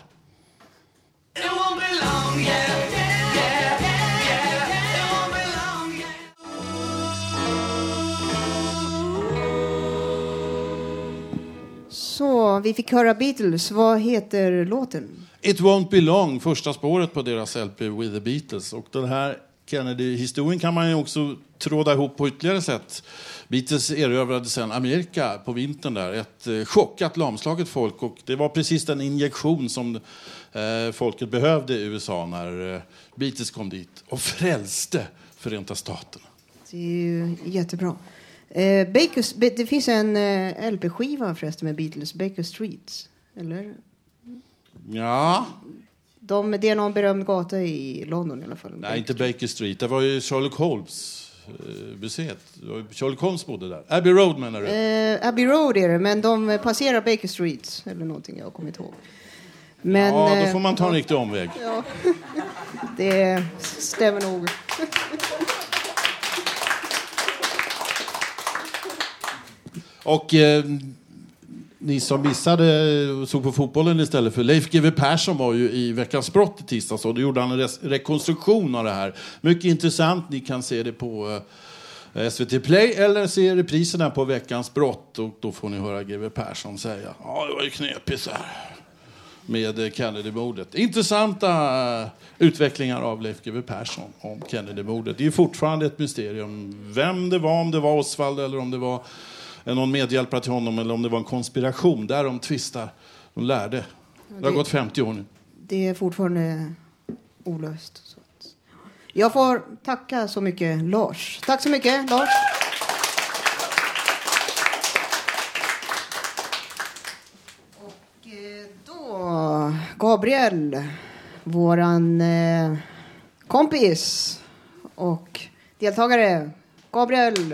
Så vi fick höra Beatles. Vad heter låten? It Won't Be Long, första spåret på deras L P With the Beatles. Och den här Kennedy-historien kan man ju också tråda ihop på ytterligare sätt. Beatles erövrade sedan Amerika på vintern där. Ett chockat, lamslaget folk. Och det var precis den injektion som eh, folket behövde i U S A när eh, Beatles kom dit. Och frälste Förenta Staterna. Det är ju jättebra. Eh, Baker, det finns en eh, L P-skiva förresten med Beatles, Baker Street, eller? Ja. De, det är någon berömd gata i London i alla fall. Nej, Baker inte Baker Street. Det var ju Sherlock Holmes eh, museet. Sherlock Holmes bodde där. Abbey Road menar du? Eh, Abbey Road är det, men de passerar Baker Street eller någonting, jag kommer inte ihåg. Men, ja, då får man ta en riktig omväg. Ja, det stämmer nog. Och eh, ni som missade och såg på fotbollen istället för Leif G W Persson var ju i Veckans brott i tisdags och då gjorde han en res- rekonstruktion av det här. Mycket intressant, ni kan se det på eh, S V T Play eller se repriserna på Veckans brott och då får ni höra G W Persson säga ja, det var ju knepigt så här med Kennedy-mordet. Intressanta uh, utvecklingar av Leif G W Persson om Kennedy-mordet. Det är ju fortfarande ett mysterium vem det var, om det var Oswald eller om det var någon medhjälpare till honom eller om det var en konspiration. Där de tvistar, de lärde. Det har gått femtio år nu. Det är fortfarande olöst. Så. Jag får tacka så mycket Lars. Tack så mycket Lars. Och då Gabriel, våran eh, kompis och deltagare. Gabriel.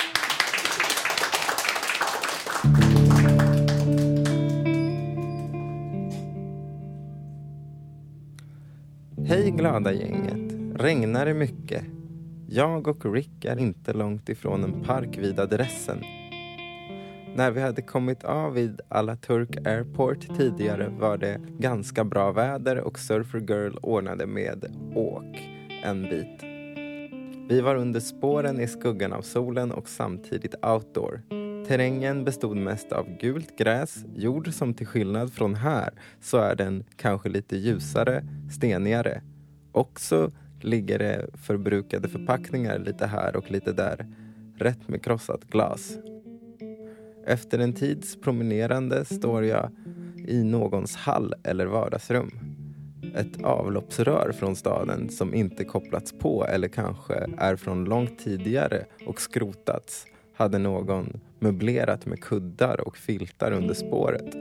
Hej glada gänget. Regnar det mycket? Jag och Rick är inte långt ifrån en park vid adressen. När vi hade kommit av vid Alaturk Airport tidigare var det ganska bra väder och Surfer Girl ordnade med åk en bit. Vi var under spåren i skuggan av solen och samtidigt outdoor. Terrängen bestod mest av gult gräs, jord som till skillnad från här så är den kanske lite ljusare, stenigare. Också ligger det förbrukade förpackningar lite här och lite där, rätt med krossat glas. Efter en tids promenerande står jag i någons hall eller vardagsrum. Ett avloppsrör från staden som inte kopplats på eller kanske är från långt tidigare och skrotats hade någon möblerat med kuddar och filtar under spåret.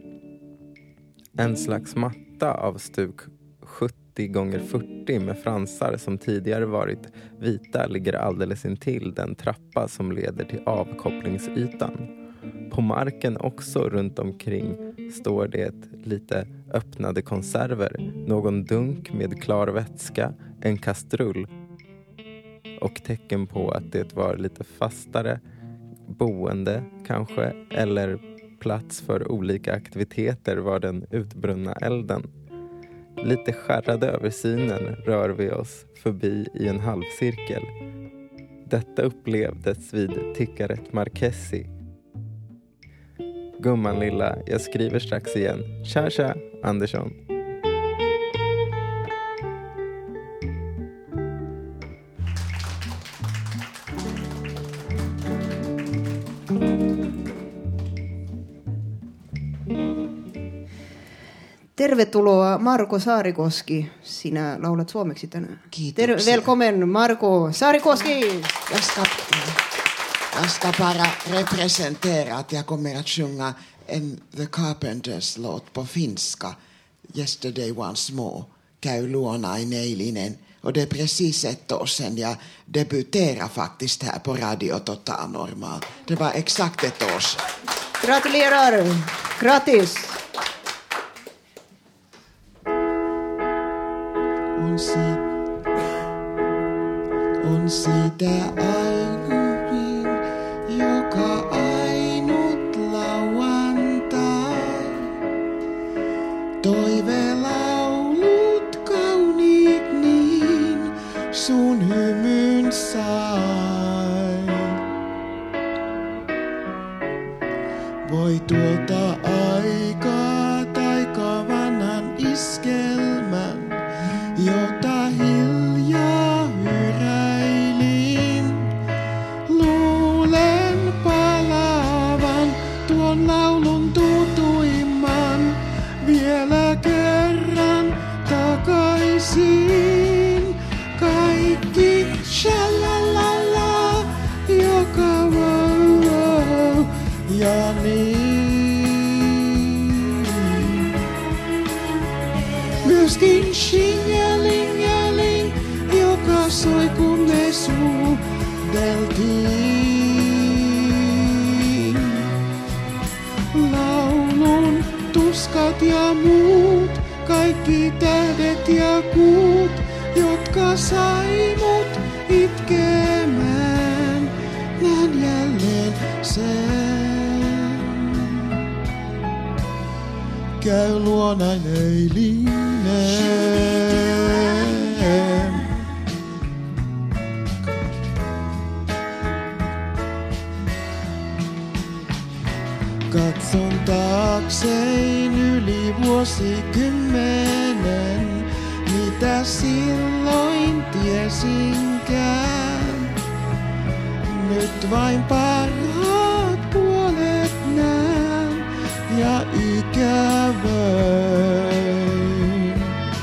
En slags matta av stuk sjuttio gånger fyrtio med fransar som tidigare varit vita ligger alldeles intill den trappa som leder till avkopplingsytan. På marken också runt omkring står det lite öppnade konserver, någon dunk med klar vätska, en kastrull och tecken på att det var lite fastare boende kanske eller plats för olika aktiviteter var den utbrunna elden. Lite skärrade över synen rör vi oss förbi i en halvcirkel. Detta upplevdes vid Tickaret Marquesi. Gumman lilla, jag skriver strax igen. Tja tja, Andersson. Tervetuloa Marko Saarikoski. Sinä laulat suomeksi tänään. Kiitoksia. Ter- välkommen Marko Saarikoski. Jag ska, jag ska bara representera att jag kommer att sjunga en The Carpenters-låt på finska. Yesterday once more. Käy luonain eilinen. Och det är precis ett år sedan jag debuterade faktiskt här på Radio Total Normal. Det var exakt ett år sedan. Gratulerar. Grattis. On, si- on sitä ainurin, joka ainut lauantai. Toivelaulut kauniit niin sun hymyn sai. Voi tuota aikaa taika vanhan iskelmän, jota hiljaa hyräilin. Luulen palaavan tuon laulun tutuimman vielä kerran takaisin. Kaikki Myöskin shingelingeling, joka soi kun me suudeltiin. Laulun tuskat ja muut, kaikki tähdet ja kuut, jotka sai mut itkemään, näen jälleen sen. Käy luonain eilinen. Katson taaksein yli vuosikymmenen, mitä silloin tiesinkään. Nyt vain parhaat puolet näen ja ikävöin.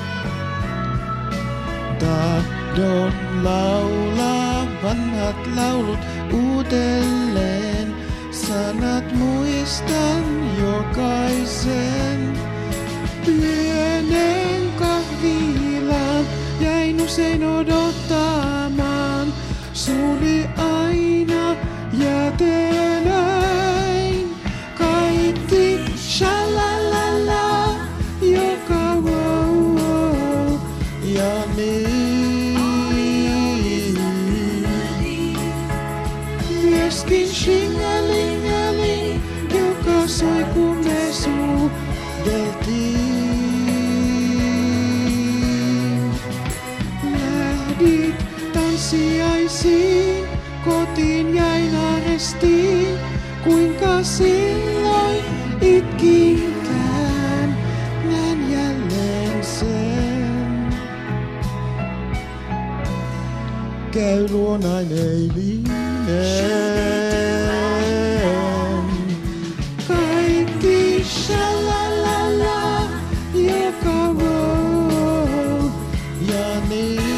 Tahdon laulaa vanhat laulut uudelleen, sanat muistan jokaisen. Pienen kahvilaan jäin usein odottamaan, suuni aina jätelöin. Kaikki shalalala, joka wow, wow ja niin. Myöskin shingelingeling, joka soi kun me suudeltiin. Lähdit tanssiaisiin, kotiin jäin arestiin, kuinka silloin itkinkään, näen jälleen sen. Käy luonain eilinen. Kaikki shalalala, joka wow ja niin.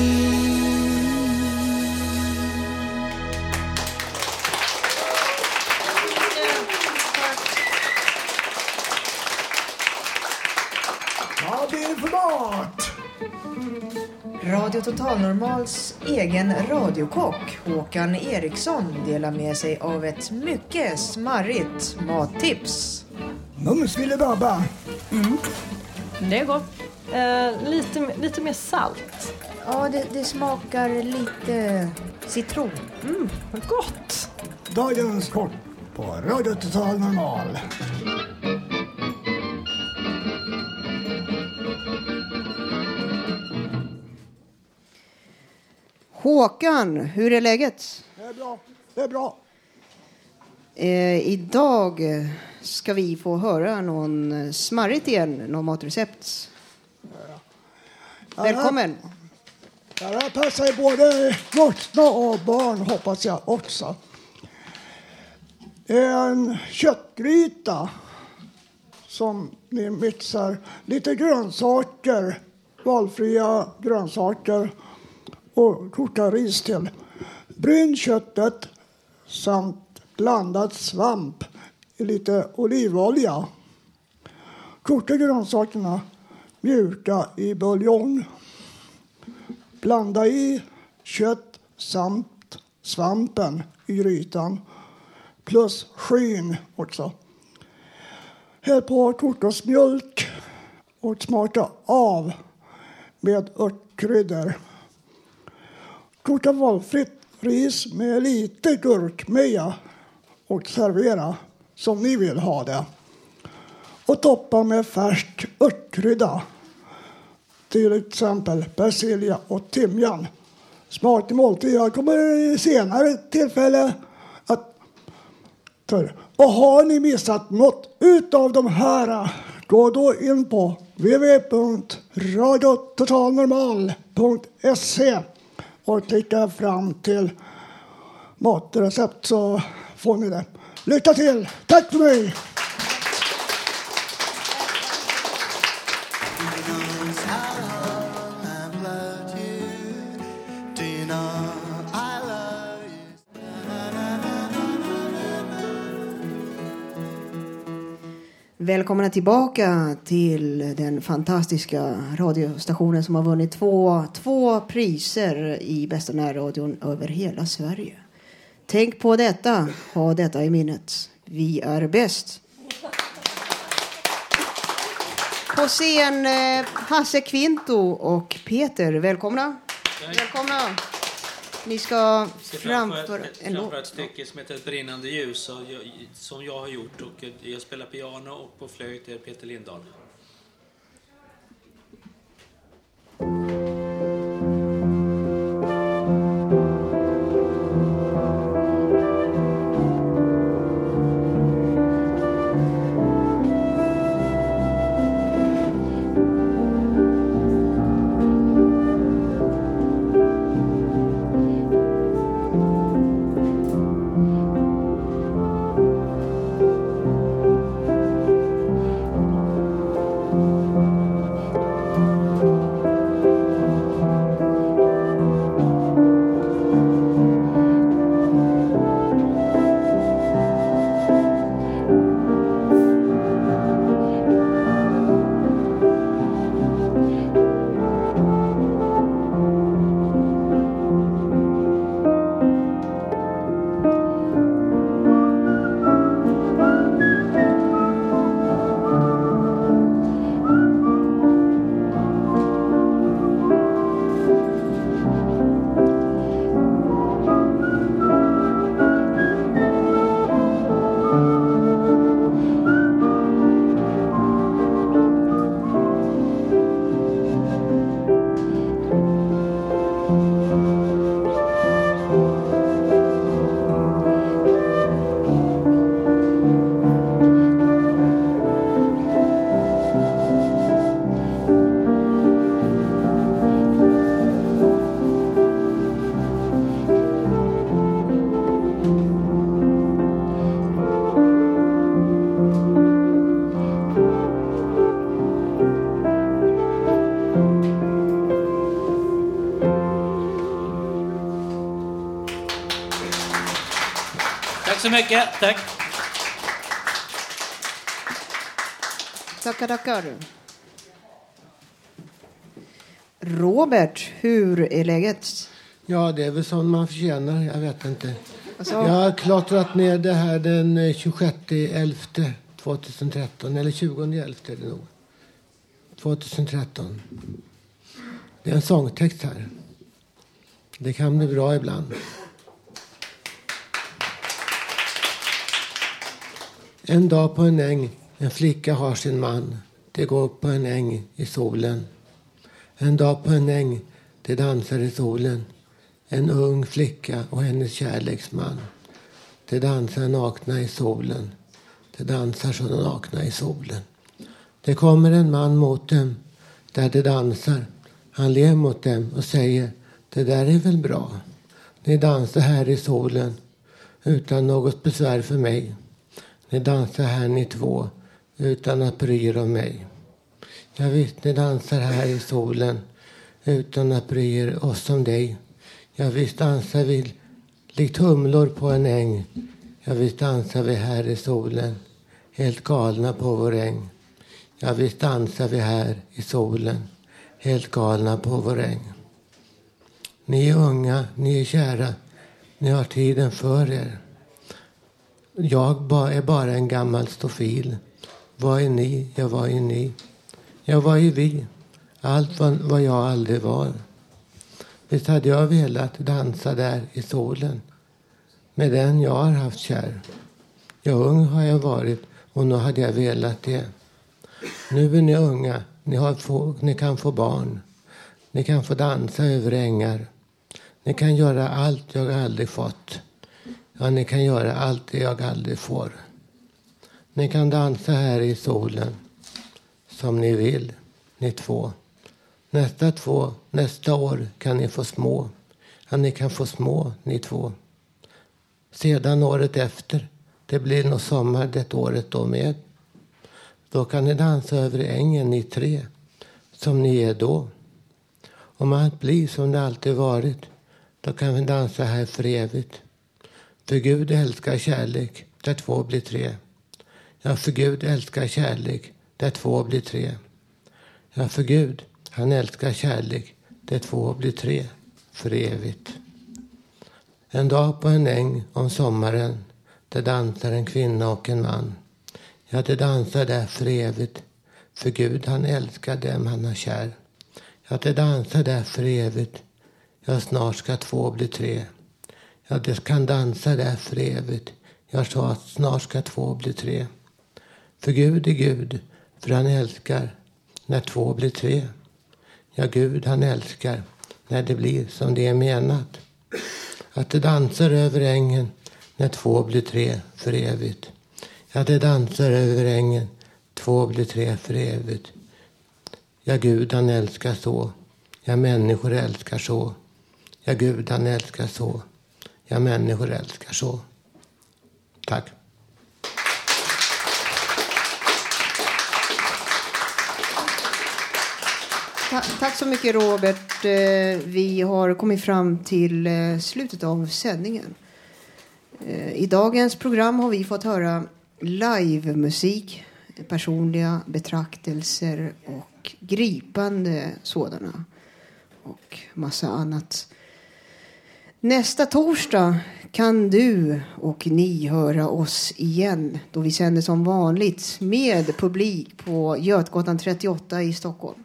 Vad blir det för mat? Radio Total Normals egen radiokock Håkan Eriksson delar med sig av ett mycket smarrigt mattips. Mums ville babba. Mm. Det är gott. Eh, lite, lite mer salt. Ja, det, det smakar lite citron. Mm, vad gott. Dagens kock på Radio Total Normal. Håkan, hur är läget? Det är bra, det är bra. Eh, idag ska vi få höra någon smarrigt igen, någon matrecept. Ja. Välkommen. Det här passar både vuxna och barn, hoppas jag också. Det är en köttgryta som ni mixar lite grönsaker, valfria grönsaker och kokar ris till. Bryn köttet samt blandad svamp i lite olivolja. Koka grönsakerna mjuka i buljong. Blanda i kött samt svampen i grytan. Plus skyn också. Häll på kokosmjölk och smaka av med örtkryddor. Koka valfritt ris med lite gurkmeja och servera som ni vill ha det. Och toppa med färsk örtkrydda. Till exempel persilja och timjan. Smart i måltid. Jag kommer senare tillfälle att ta det. Och har ni missat något utav de här, gå då in på w w w punkt radio total normal punkt se och klicka fram till matrecept så får ni det. Lycka till! Tack för mig! Välkomna tillbaka till den fantastiska radiostationen som har vunnit två, två priser i bästa närradion över hela Sverige. Tänk på detta, ha detta i minnet. Vi är bäst. På scen eh, Hasse Kvinto och Peter, välkomna. Välkomna. Ni ska framföra en låt. Ett stycke som heter Ett brinnande ljus och jag, som jag har gjort. Och jag spelar piano och på flöjt är Peter Lindahl. Tack så mycket. Tack. Tackar, tackar. Robert, hur är läget? Ja, det är väl som man förtjänar. Jag vet inte. Alltså? Jag har klottrat ner det här den tjugosjätte elfte tjugohundratretton. Eller tjugonde elfte är det nog. tjugohundratretton. Det är en sångtext här. Det kan bli bra ibland. En dag på en äng, en flicka har sin man. Det går på en äng i solen. En dag på en äng, det dansar i solen. En ung flicka och hennes kärleksman. Det dansar nakna i solen. Det dansar så nakna i solen. Det kommer en man mot dem där det dansar. Han ler mot dem och säger: det där är väl bra. Ni dansar här i solen utan något besvär för mig. Ni dansar här ni två utan att bry er om mig. Jag visst, ni dansar här i solen utan att bry er oss om dig. Jag visst dansar vi likt humlor på en äng. Jag visst dansar vi här i solen helt galna på vår äng. Jag visst dansar vi här i solen helt galna på vår äng. Ni är unga, ni är kära, ni har tiden för er. Jag är bara en gammal stofil. Vad är ni? Ja, vad är ni? Ja, vad är vi? Allt vad, vad jag aldrig var. Visst hade jag velat dansa där i solen med den jag har haft kär. Ja, ung har jag varit och nu hade jag velat det. Nu är ni unga, ni, har få, ni kan få barn. Ni kan få dansa över ängar. Ni kan göra allt jag aldrig fått. Ja, ni kan göra allt det jag aldrig får. Ni kan dansa här i solen som ni vill, ni två. Nästa två, nästa år kan ni få små. Ja, ni kan få små, ni två. Sedan året efter, det blir nog sommar det året då med. Då kan ni dansa över ängen, ni tre, som ni är då. Om allt blir som det alltid varit, då kan vi dansa här för evigt. För Gud älskar kärlek, där två blir tre. Ja, för Gud älskar kärlek, där två blir tre. Ja, för Gud, han älskar kärlek, där två blir tre, för evigt. En dag på en äng om sommaren, där dansar en kvinna och en man. Ja, det dansar där för evigt, för Gud han älskar dem han har kär. Ja, det dansar där för evigt, ja snart ska två bli tre. Ja, det kan dansa där för evigt, jag sa att snart ska två bli tre. För Gud är Gud, för han älskar när två blir tre. Ja, Gud han älskar när det blir som det är menat. Att det dansar över ängen när två blir tre för evigt. Ja, det dansar över ängen, två blir tre för evigt. Ja, Gud han älskar så. Ja, människor älskar så. Ja, Gud han älskar så. Ja, människor älskar så. Tack. Ta- tack så mycket Robert. Eh, vi har kommit fram till eh, slutet av sändningen. Eh, I dagens program har vi fått höra livemusik, personliga betraktelser och gripande sådana och massa annat. Nästa torsdag kan du och ni höra oss igen då vi sänder som vanligt med publik på Götgatan trettioåtta i Stockholm.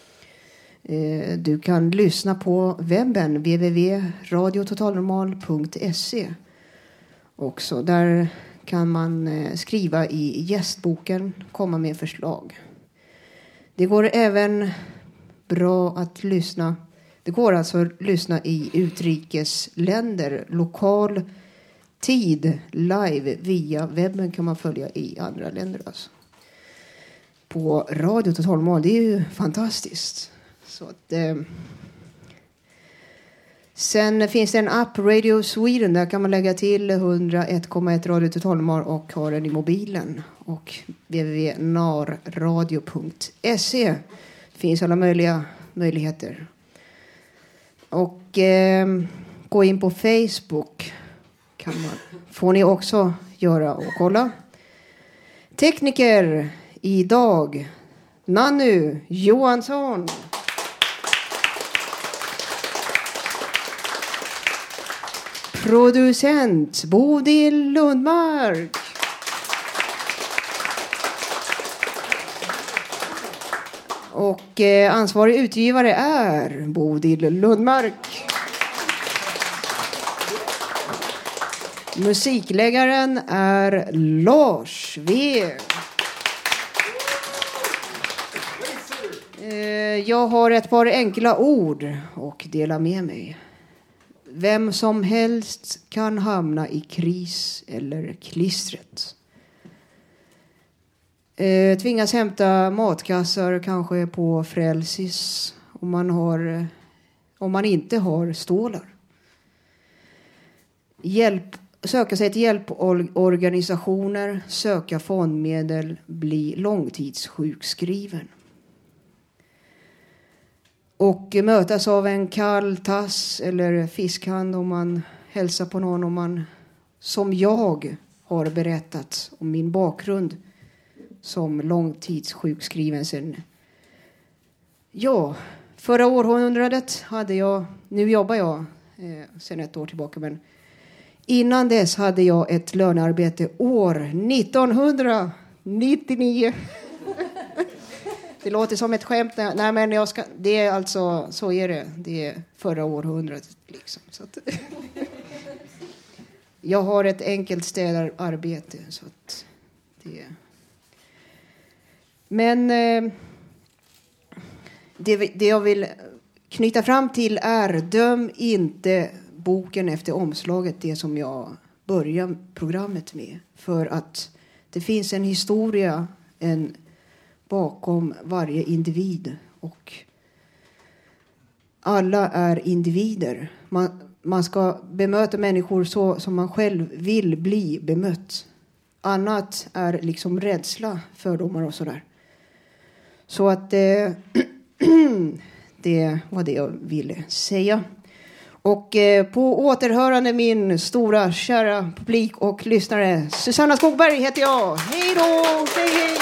Du kan lyssna på webben w w w punkt radio totalnormal punkt se också. Där kan man skriva i gästboken, komma med förslag. Det går även bra att lyssna. Det går alltså att lyssna i utrikesländer, lokal tid, live via webben kan man följa i andra länder. Alltså. På Radio Totalnormal, det är ju fantastiskt. Så att, eh. Sen finns det en app, Radio Sweden. Där kan man lägga till hundra ett komma ett Radio Totalnormal och ha den i mobilen. Och w w w punkt narradio punkt se finns alla möjliga möjligheter. Och eh, gå in på Facebook kan man, får ni också göra och kolla. Tekniker idag, Nannu Johansson. Producent Bodil Lundmark. Och eh, ansvarig utgivare är Bodil Lundmark. Musikläggaren är Lars V. Eh, jag har ett par enkla ord och dela med mig. Vem som helst kan hamna i kris eller klistret. Eh, tvingas hämta matkassar kanske på Frälsis om man, har, om man inte har stålar. Hjälp, söka sig till hjälporganisationer, söka fondmedel, bli långtidssjukskriven. Och mötas av en kall tass eller fiskhand om man hälsar på någon. Om man, som jag har berättat om min bakgrund som långtidssjukskriven sen. Ja, förra århundradet hade jag, nu jobbar jag eh, sen ett år tillbaka. Men innan dess hade jag ett lönearbete år nittonhundranittionio. Det låter som ett skämt. Nej, men jag ska, det är alltså, så är det. Det är förra århundradet liksom. Så att, jag har ett enkelt städarbete. Så att det... Men eh, det, det jag vill knyta fram till är: döm inte boken efter omslaget, det som jag börjar programmet med. För att det finns en historia, en bakom varje individ, och alla är individer. Man, man ska bemöta människor så som man själv vill bli bemött. Annat är liksom rädsla, fördomar och sådär. Så att det, det var det jag ville säga. Och eh, på återhörande min stora kära publik och lyssnare. Susanna Skogberg heter jag. Hej då! Hej hej!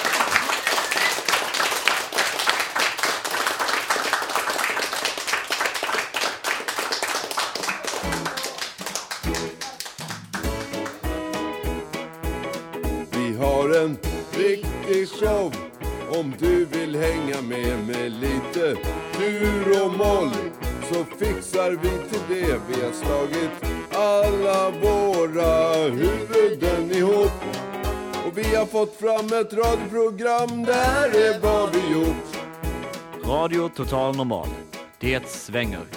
Vi har en riktig show om du vill hänga med med lite dur och moll. Så fixar vi till det. Vi har slagit alla våra huvuden ihop. Och vi har fått fram ett radioprogram. Där är vad vi gjort. Radio Total Normal. Det svänger.